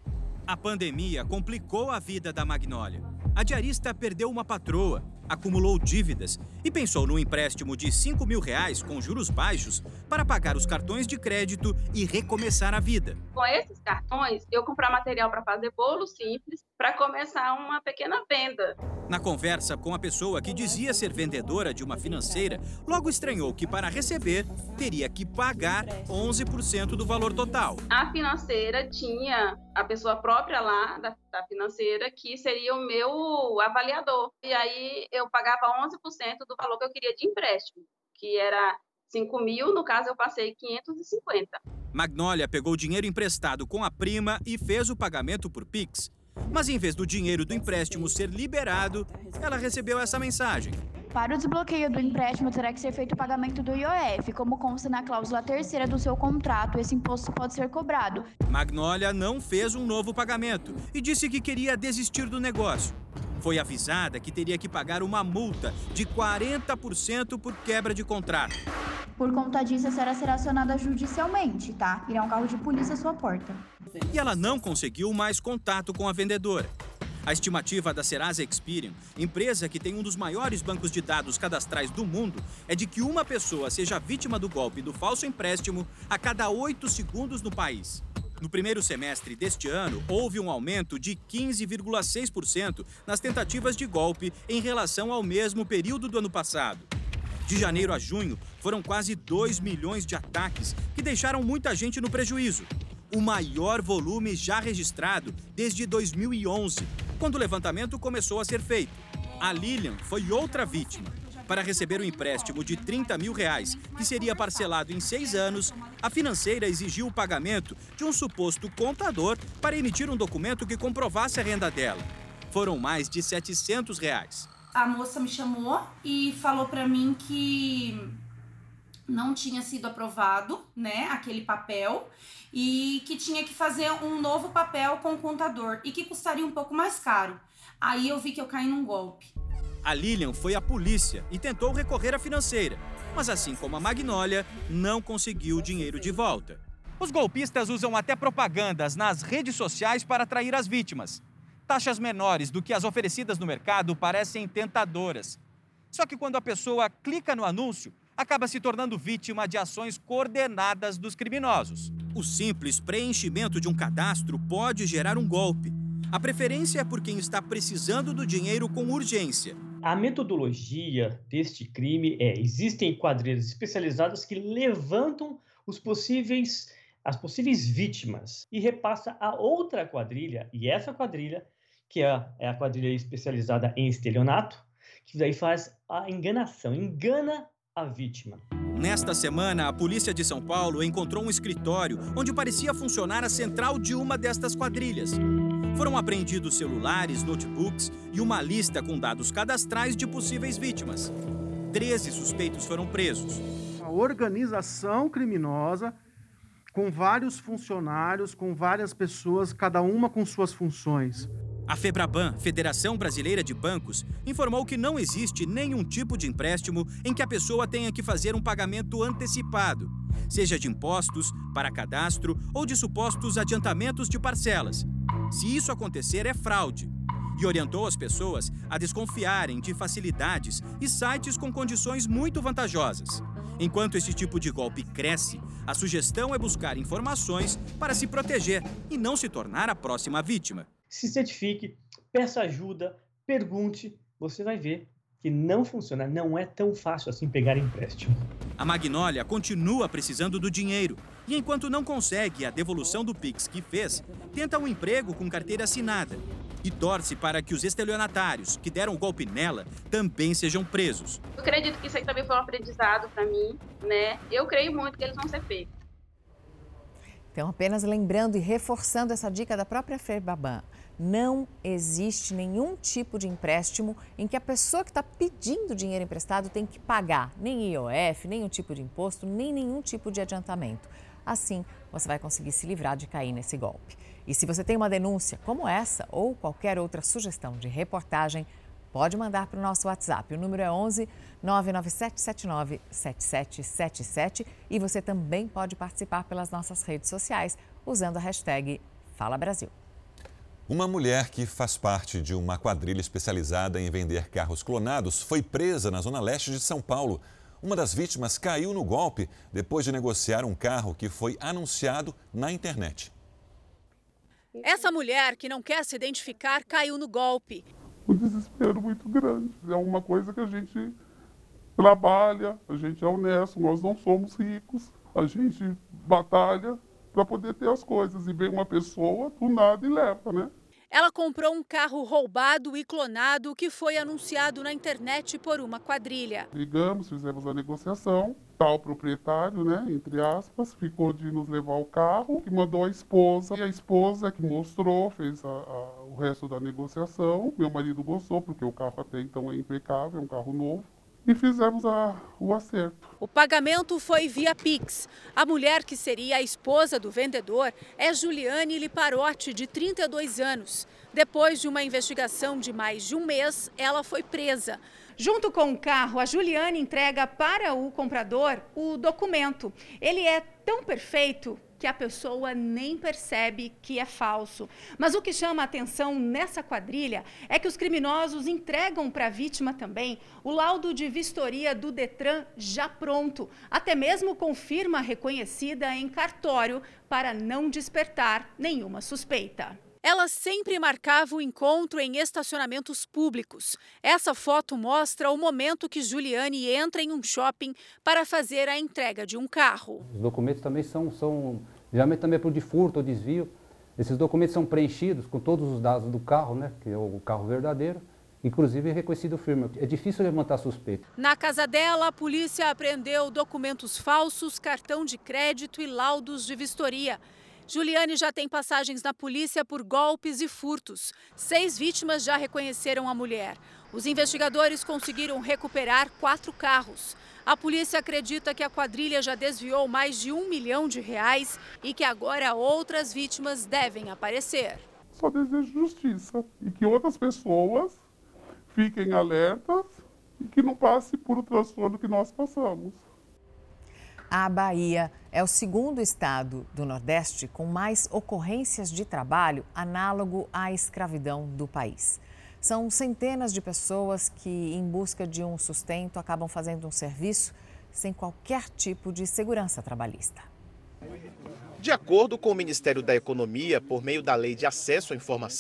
A pandemia complicou a vida da Magnólia. A diarista perdeu uma patroa, acumulou dívidas e pensou num empréstimo de cinco mil reais com juros baixos para pagar os cartões de crédito e recomeçar a vida. Com esses cartões, eu comprar material para fazer bolo simples para começar uma pequena venda. Na conversa com a pessoa que dizia ser vendedora de uma financeira, logo estranhou que para receber teria que pagar onze por cento do valor total. A financeira tinha a pessoa própria lá da, da financeira que seria o meu avaliador. E aí eu pagava onze por cento do valor que eu queria de empréstimo, que era cinco mil, no caso eu passei quinhentos e cinquenta. Magnólia pegou dinheiro emprestado com a prima e fez o pagamento por Pix. Mas em vez do dinheiro do empréstimo ser liberado, ela recebeu essa mensagem. Para o desbloqueio do empréstimo, terá que ser feito o pagamento do I O F. Como consta na cláusula terceira do seu contrato, esse imposto pode ser cobrado. Magnólia não fez um novo pagamento e disse que queria desistir do negócio. Foi avisada que teria que pagar uma multa de quarenta por cento por quebra de contrato. Por conta disso, a senhora será acionada judicialmente, tá? Irá um carro de polícia à sua porta. E ela não conseguiu mais contato com a vendedora. A estimativa da Serasa Experian, empresa que tem um dos maiores bancos de dados cadastrais do mundo, é de que uma pessoa seja vítima do golpe do falso empréstimo a cada oito segundos no país. No primeiro semestre deste ano, houve um aumento de quinze vírgula seis por cento nas tentativas de golpe em relação ao mesmo período do ano passado. De janeiro a junho, foram quase dois milhões de ataques que deixaram muita gente no prejuízo. O maior volume já registrado desde dois mil e onze, quando o levantamento começou a ser feito. A Lilian foi outra vítima. Para receber um empréstimo de trinta mil reais, que seria parcelado em seis anos, a financeira exigiu o pagamento de um suposto contador para emitir um documento que comprovasse a renda dela. Foram mais de setecentos reais. A moça me chamou e falou para mim que não tinha sido aprovado, né, aquele papel, e que tinha que fazer um novo papel com o contador e que custaria um pouco mais caro. Aí eu vi que eu caí num golpe. A Lilian foi à polícia e tentou recorrer à financeira, mas assim como a Magnólia, não conseguiu o dinheiro de volta. Os golpistas usam até propagandas nas redes sociais para atrair as vítimas. Taxas menores do que as oferecidas no mercado parecem tentadoras. Só que quando a pessoa clica no anúncio, acaba se tornando vítima de ações coordenadas dos criminosos. O simples preenchimento de um cadastro pode gerar um golpe. A preferência é por quem está precisando do dinheiro com urgência. A metodologia deste crime é: existem quadrilhas especializadas que levantam os possíveis, as possíveis vítimas e repassa a outra quadrilha, e essa quadrilha, que é a, é a quadrilha especializada em estelionato, que daí faz a enganação, engana a vítima. Nesta semana, a polícia de São Paulo encontrou um escritório onde parecia funcionar a central de uma destas quadrilhas. Foram apreendidos celulares, notebooks e uma lista com dados cadastrais de possíveis vítimas. Treze suspeitos foram presos. Uma organização criminosa com vários funcionários, com várias pessoas, cada uma com suas funções. A FEBRABAN, Federação Brasileira de Bancos, informou que não existe nenhum tipo de empréstimo em que a pessoa tenha que fazer um pagamento antecipado, seja de impostos, para cadastro ou de supostos adiantamentos de parcelas. Se isso acontecer, é fraude. E orientou as pessoas a desconfiarem de facilidades e sites com condições muito vantajosas. Enquanto esse tipo de golpe cresce, a sugestão é buscar informações para se proteger e não se tornar a próxima vítima. Se certifique, peça ajuda, pergunte, você vai ver que não funciona, não é tão fácil assim pegar empréstimo. A Magnólia continua precisando do dinheiro e, enquanto não consegue a devolução do Pix que fez, tenta um emprego com carteira assinada e torce para que os estelionatários que deram o golpe nela também sejam presos. Eu acredito que isso aí também foi um aprendizado para mim, né? Eu creio muito que eles vão ser pegos. Então, apenas lembrando e reforçando essa dica da própria FEBRABAN, não existe nenhum tipo de empréstimo em que a pessoa que está pedindo dinheiro emprestado tem que pagar nem I O F, nenhum tipo de imposto, nem nenhum tipo de adiantamento. Assim, você vai conseguir se livrar de cair nesse golpe. E se você tem uma denúncia como essa ou qualquer outra sugestão de reportagem, pode mandar para o nosso WhatsApp. O número é onze, nove nove sete sete nove, sete sete sete sete e você também pode participar pelas nossas redes sociais usando a hashtag Fala Brasil. Uma mulher que faz parte de uma quadrilha especializada em vender carros clonados foi presa na zona leste de São Paulo. Uma das vítimas caiu no golpe depois de negociar um carro que foi anunciado na internet. Essa mulher, que não quer se identificar, caiu no golpe. Um desespero muito grande. É uma coisa que a gente trabalha, a gente é honesto, nós não somos ricos, a gente batalha para poder ter as coisas. E vem uma pessoa do nada e leva, né? Ela comprou um carro roubado e clonado que foi anunciado na internet por uma quadrilha. Ligamos, fizemos a negociação. Tal proprietário, né, entre aspas, ficou de nos levar o carro e mandou a esposa. E a esposa que mostrou, fez a, a, o resto da negociação. Meu marido gostou, porque o carro até então é impecável, é um carro novo. E fizemos a, o acerto. O pagamento foi via Pix. A mulher, que seria a esposa do vendedor, é Juliane Liparotti, de trinta e dois anos. Depois de uma investigação de mais de um mês, ela foi presa. Junto com o carro, a Juliane entrega para o comprador o documento. Ele é tão perfeito que a pessoa nem percebe que é falso. Mas o que chama a atenção nessa quadrilha é que os criminosos entregam para a vítima também o laudo de vistoria do Detran já pronto, até mesmo com firma reconhecida em cartório, para não despertar nenhuma suspeita. Ela sempre marcava o encontro em estacionamentos públicos. Essa foto mostra o momento que Juliane entra em um shopping para fazer a entrega de um carro. Os documentos também são, são geralmente também é por de furto ou desvio. Esses documentos são preenchidos com todos os dados do carro, né, que é o carro verdadeiro, inclusive é reconhecido firma. É difícil levantar suspeita. Na casa dela, a polícia apreendeu documentos falsos, cartão de crédito e laudos de vistoria. Juliane já tem passagens na polícia por golpes e furtos. Seis vítimas já reconheceram a mulher. Os investigadores conseguiram recuperar quatro carros. A polícia acredita que a quadrilha já desviou mais de um milhão de reais e que agora outras vítimas devem aparecer. Só desejo justiça e que outras pessoas fiquem alertas e que não passe por o transtorno que nós passamos. A Bahia é o segundo estado do Nordeste com mais ocorrências de trabalho análogo à escravidão do país. São centenas de pessoas que, em busca de um sustento, acabam fazendo um serviço sem qualquer tipo de segurança trabalhista. De acordo com o Ministério da Economia, por meio da Lei de Acesso à Informação,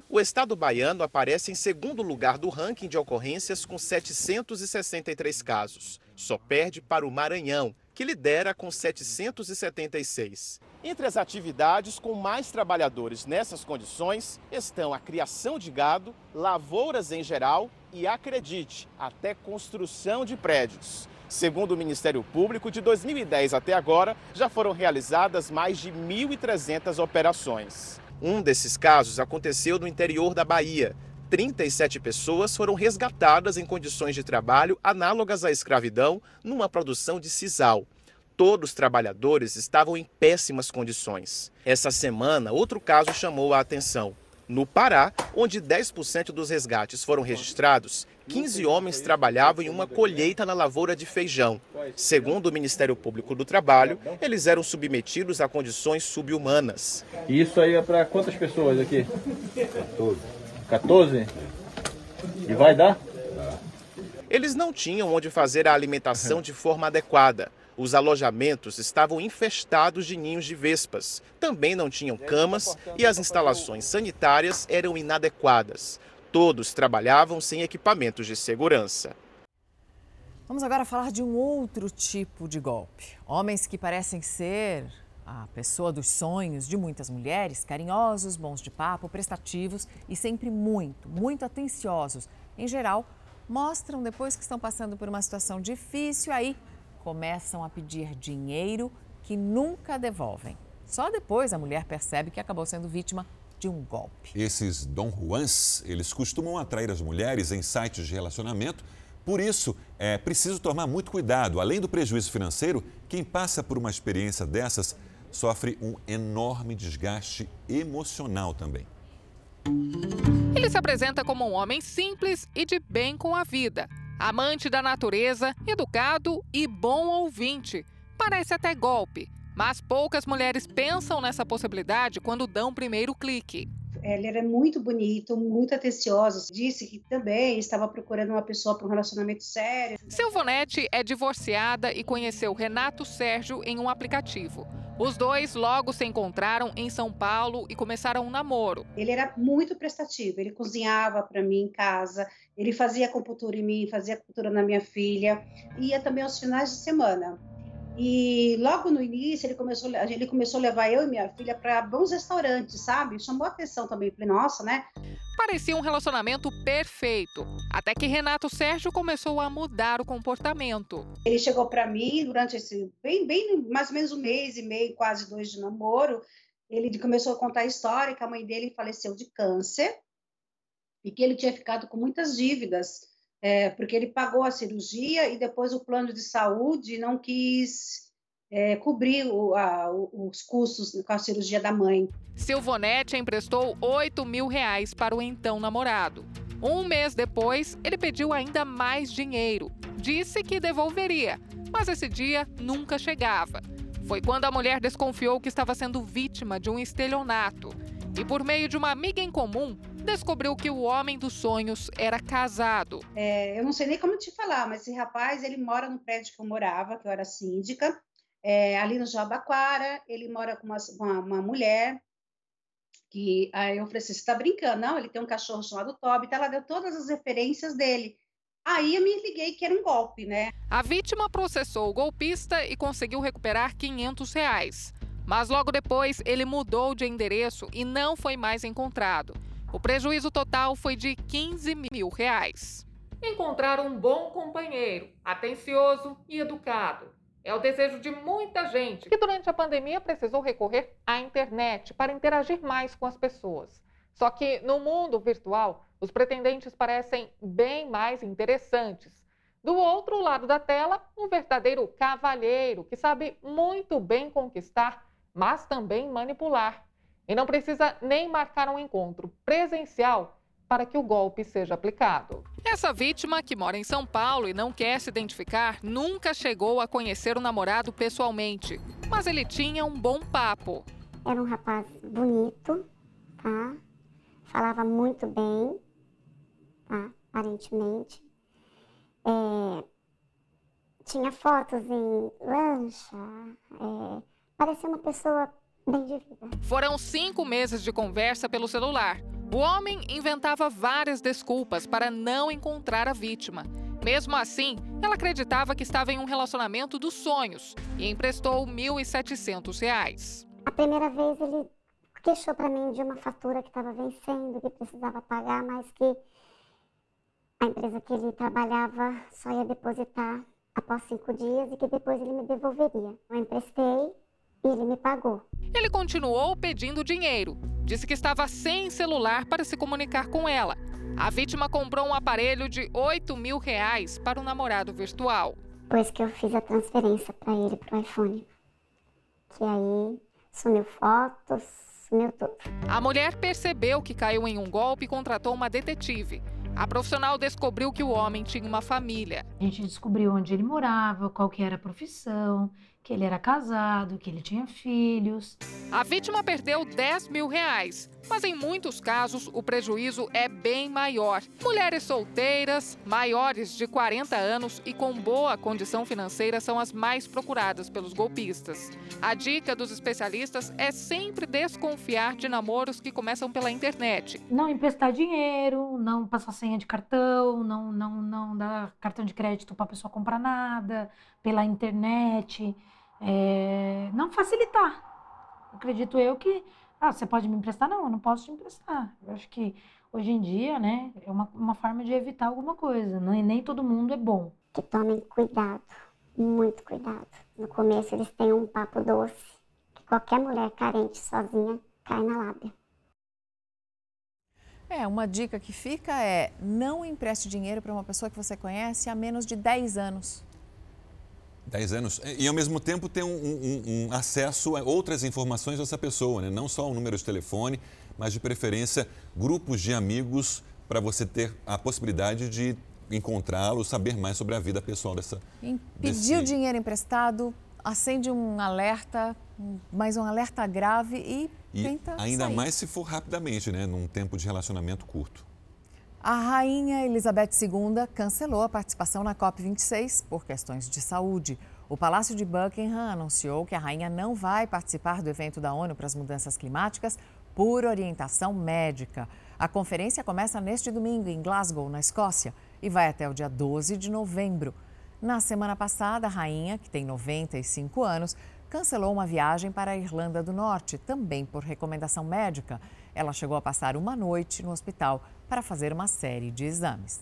O estado baiano aparece em segundo lugar do ranking de ocorrências com setecentos e sessenta e três casos. Só perde para o Maranhão, que lidera com setecentos e setenta e seis. Entre as atividades com mais trabalhadores nessas condições estão a criação de gado, lavouras em geral e, acredite, até construção de prédios. Segundo o Ministério Público, de dois mil e dez até agora, já foram realizadas mais de mil e trezentas operações. Um desses casos aconteceu no interior da Bahia. trinta e sete pessoas foram resgatadas em condições de trabalho análogas à escravidão numa produção de sisal. Todos os trabalhadores estavam em péssimas condições. Essa semana, outro caso chamou a atenção. No Pará, onde dez por cento dos resgates foram registrados, quinze homens trabalhavam em uma colheita na lavoura de feijão. Segundo o Ministério Público do Trabalho, eles eram submetidos a condições subhumanas. E isso aí é para quantas pessoas aqui? quatorze. quatorze? E vai dar? Eles não tinham onde fazer a alimentação de forma adequada. Os alojamentos estavam infestados de ninhos de vespas. Também não tinham camas e as instalações sanitárias eram inadequadas. Todos trabalhavam sem equipamentos de segurança. Vamos agora falar de um outro tipo de golpe. Homens que parecem ser a pessoa dos sonhos de muitas mulheres, carinhosos, bons de papo, prestativos e sempre muito, muito atenciosos. Em geral, mostram depois que estão passando por uma situação difícil, aí começam a pedir dinheiro que nunca devolvem. Só depois a mulher percebe que acabou sendo vítima de um golpe. Esses Dom Juans, eles costumam atrair as mulheres em sites de relacionamento. Por isso, é preciso tomar muito cuidado. Além do prejuízo financeiro, quem passa por uma experiência dessas sofre um enorme desgaste emocional também. Ele se apresenta como um homem simples e de bem com a vida. Amante da natureza, educado e bom ouvinte. Parece até golpe, mas poucas mulheres pensam nessa possibilidade quando dão o primeiro clique. Ele era muito bonito, muito atencioso. Disse que também estava procurando uma pessoa para um relacionamento sério. Silvonete é divorciada e conheceu Renato Sérgio em um aplicativo. Os dois logo se encontraram em São Paulo e começaram um namoro. Ele era muito prestativo, ele cozinhava para mim em casa, ele fazia acupuntura em mim, fazia acupuntura na minha filha, ia também aos finais de semana. E logo no início ele começou, ele começou a levar eu e minha filha para bons restaurantes, sabe? Chamou a atenção também, falei, nossa, né? Parecia um relacionamento perfeito, até que Renato Sérgio começou a mudar o comportamento. Ele chegou para mim durante esse, bem, bem, mais ou menos um mês e meio, quase dois de namoro, ele começou a contar a história que a mãe dele faleceu de câncer e que ele tinha ficado com muitas dívidas. É, porque ele pagou a cirurgia e depois o plano de saúde não quis é, cobrir o, a, os custos com a cirurgia da mãe. Silvonete emprestou oito mil reais para o então namorado. Um mês depois, ele pediu ainda mais dinheiro. Disse que devolveria, mas esse dia nunca chegava. Foi quando a mulher desconfiou que estava sendo vítima de um estelionato. E por meio de uma amiga em comum, descobriu que o homem dos sonhos era casado. É, eu não sei nem como te falar, mas esse rapaz, ele mora no prédio que eu morava, que eu era síndica, é, ali no Jabaquara. Ele mora com uma, uma, uma mulher, que aí eu falei assim, você está brincando? Não, ele tem um cachorro chamado Toby, então ela deu todas as referências dele. Aí eu me liguei que era um golpe, né? A vítima processou o golpista e conseguiu recuperar quinhentos reais. Mas logo depois ele mudou de endereço e não foi mais encontrado. O prejuízo total foi de quinze mil reais. Encontrar um bom companheiro, atencioso e educado. É o desejo de muita gente que durante a pandemia precisou recorrer à internet para interagir mais com as pessoas. Só que no mundo virtual, os pretendentes parecem bem mais interessantes. Do outro lado da tela, um verdadeiro cavalheiro que sabe muito bem conquistar, mas também manipular. E não precisa nem marcar um encontro presencial para que o golpe seja aplicado. Essa vítima, que mora em São Paulo e não quer se identificar, nunca chegou a conhecer o namorado pessoalmente. Mas ele tinha um bom papo. Era um rapaz bonito, tá? Falava muito bem, tá? Aparentemente. É... Tinha fotos em lancha, é... parecia uma pessoa bem de vida. Foram cinco meses de conversa pelo celular. O homem inventava várias desculpas para não encontrar a vítima. Mesmo assim, ela acreditava que estava em um relacionamento dos sonhos e emprestou mil e setecentos reais. A primeira vez ele queixou para mim de uma fatura que estava vencendo, que precisava pagar, mas que a empresa que ele trabalhava só ia depositar após cinco dias e que depois ele me devolveria. Eu emprestei e ele me pagou. Ele continuou pedindo dinheiro. Disse que estava sem celular para se comunicar com ela. A vítima comprou um aparelho de oito mil reais para o namorado virtual. Depois que eu fiz a transferência para ele, para o iPhone, que aí sumiu fotos, sumiu tudo. A mulher percebeu que caiu em um golpe e contratou uma detetive. A profissional descobriu que o homem tinha uma família. A gente descobriu onde ele morava, qual que era a profissão, que ele era casado, que ele tinha filhos. A vítima perdeu dez mil reais, mas em muitos casos o prejuízo é bem maior. Mulheres solteiras, maiores de quarenta anos e com boa condição financeira são as mais procuradas pelos golpistas. A dica dos especialistas é sempre desconfiar de namoros que começam pela internet. Não emprestar dinheiro, não passar senha de cartão, não, não, não dar cartão de crédito para a pessoa comprar nada, pela internet. É, não facilitar. Acredito eu que ah, você pode me emprestar? Não, eu não posso te emprestar. Eu acho que hoje em dia, né, é uma, uma forma de evitar alguma coisa. Não, nem todo mundo é bom. Que tomem cuidado, muito cuidado. No começo eles têm um papo doce, que qualquer mulher carente sozinha cai na lábia. É, uma dica que fica é não empreste dinheiro para uma pessoa que você conhece há menos de dez anos. dez anos. E, ao mesmo tempo, ter um, um, um acesso a outras informações dessa pessoa, né? Não só o número de telefone, mas, de preferência, grupos de amigos para você ter a possibilidade de encontrá-lo, saber mais sobre a vida pessoal dessa Pediu desse... dinheiro emprestado, acende um alerta, mais um alerta grave e, e tenta ainda sair. mais se for rapidamente, né? Num tempo de relacionamento curto. A rainha Elizabeth segunda cancelou a participação na COP vinte e seis por questões de saúde. O Palácio de Buckingham anunciou que a rainha não vai participar do evento da ONU para as mudanças climáticas por orientação médica. A conferência começa neste domingo em Glasgow, na Escócia, e vai até o dia doze de novembro. Na semana passada, a rainha, que tem noventa e cinco anos, cancelou uma viagem para a Irlanda do Norte, também por recomendação médica. Ela chegou a passar uma noite no hospital para fazer uma série de exames.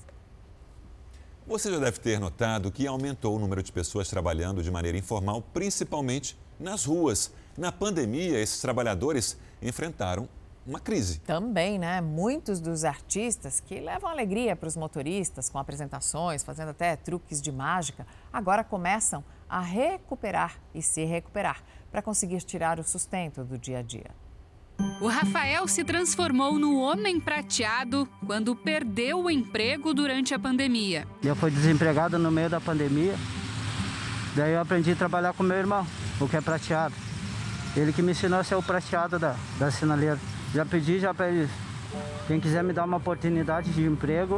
Você já deve ter notado que aumentou o número de pessoas trabalhando de maneira informal, principalmente nas ruas. Na pandemia, esses trabalhadores enfrentaram uma crise. Também, né? Muitos dos artistas que levam alegria para os motoristas com apresentações, fazendo até truques de mágica, agora começam a recuperar e se recuperar para conseguir tirar o sustento do dia a dia. O Rafael se transformou no homem prateado quando perdeu o emprego durante a pandemia. Eu fui desempregado no meio da pandemia, daí eu aprendi a trabalhar com meu irmão, o que é prateado. Ele que me ensinou a ser o prateado da, da sinaleira. Já pedi já para ele, quem quiser me dar uma oportunidade de emprego,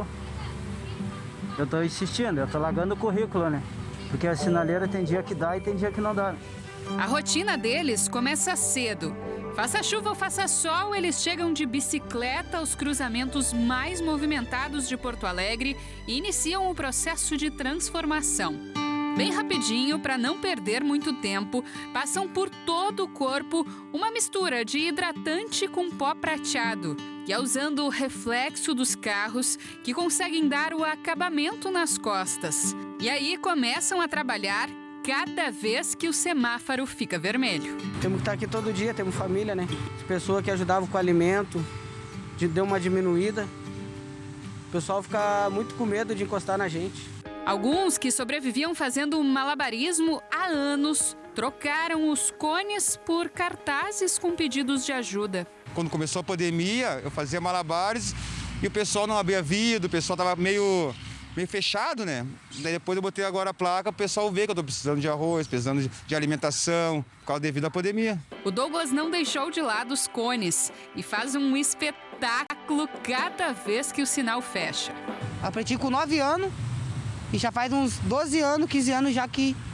eu estou insistindo, eu estou largando o currículo, né? Porque a sinaleira tem dia que dá e tem dia que não dá. A rotina deles começa cedo. Faça chuva ou faça sol, eles chegam de bicicleta aos cruzamentos mais movimentados de Porto Alegre e iniciam o processo de transformação. Bem rapidinho, para não perder muito tempo, passam por todo o corpo uma mistura de hidratante com pó prateado, que é usando o reflexo dos carros que conseguem dar o acabamento nas costas. E aí começam a trabalhar cada vez que o semáforo fica vermelho. Temos que estar aqui todo dia, temos família, né? As pessoas que ajudavam com o alimento, deu uma diminuída. O pessoal fica muito com medo de encostar na gente. Alguns que sobreviviam fazendo malabarismo há anos trocaram os cones por cartazes com pedidos de ajuda. Quando começou a pandemia, eu fazia malabares e o pessoal não abria vidro, o pessoal estava meio... meio fechado, né? Daí depois eu botei agora a placa, o pessoal vê que eu tô precisando de arroz, precisando de, de alimentação, por causa devido à pandemia. O Douglas não deixou de lado os cones e faz um espetáculo cada vez que o sinal fecha. Aprendi com nove anos e já faz uns doze anos, quinze anos já que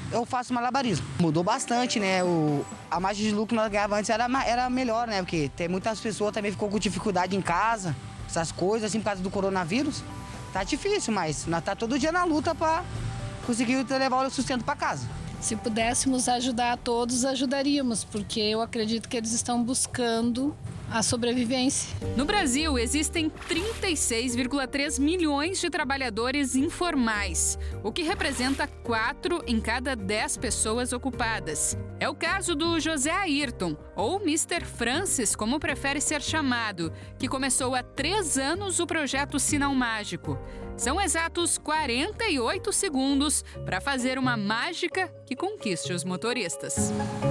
eu faço malabarismo. Mudou bastante, né? O, a margem de lucro que nós ganhávamos antes era, era melhor, né? Porque tem muitas pessoas também ficou com dificuldade em casa, essas coisas, assim, por causa do coronavírus. Tá difícil, mas nós tá todo dia na luta para conseguir levar o sustento para casa. Se pudéssemos ajudar a todos, ajudaríamos, porque eu acredito que eles estão buscando a sobrevivência. No Brasil, existem trinta e seis vírgula três milhões de trabalhadores informais, o que representa quatro em cada dez pessoas ocupadas. É o caso do José Ayrton, ou mister Francis, como prefere ser chamado, que começou há três anos o projeto Sinal Mágico. São exatos quarenta e oito segundos para fazer uma mágica que conquiste os motoristas.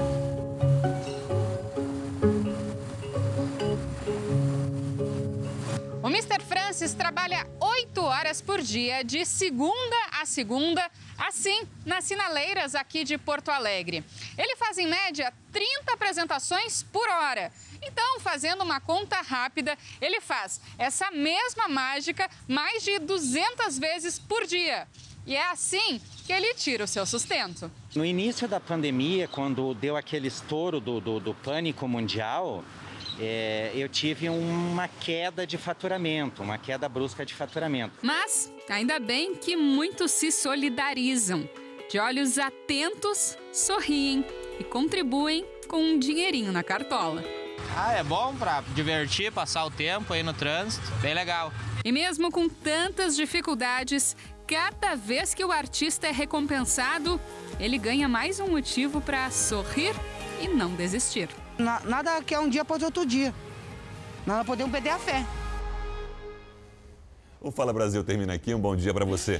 O mister Francis trabalha oito horas por dia, de segunda a segunda, assim, nas sinaleiras aqui de Porto Alegre. Ele faz, em média, trinta apresentações por hora. Então, fazendo uma conta rápida, ele faz essa mesma mágica mais de duzentas vezes por dia. E é assim que ele tira o seu sustento. No início da pandemia, quando deu aquele estouro do, do, do pânico mundial, É, eu tive uma queda de faturamento, uma queda brusca de faturamento. Mas, ainda bem que muitos se solidarizam. De olhos atentos, sorriem e contribuem com um dinheirinho na cartola. Ah, é bom para divertir, passar o tempo aí no trânsito, bem legal. E mesmo com tantas dificuldades, cada vez que o artista é recompensado, ele ganha mais um motivo para sorrir e não desistir. Nada que é um dia após outro dia. Nós não podemos perder a fé. O Fala Brasil termina aqui. Um bom dia para você.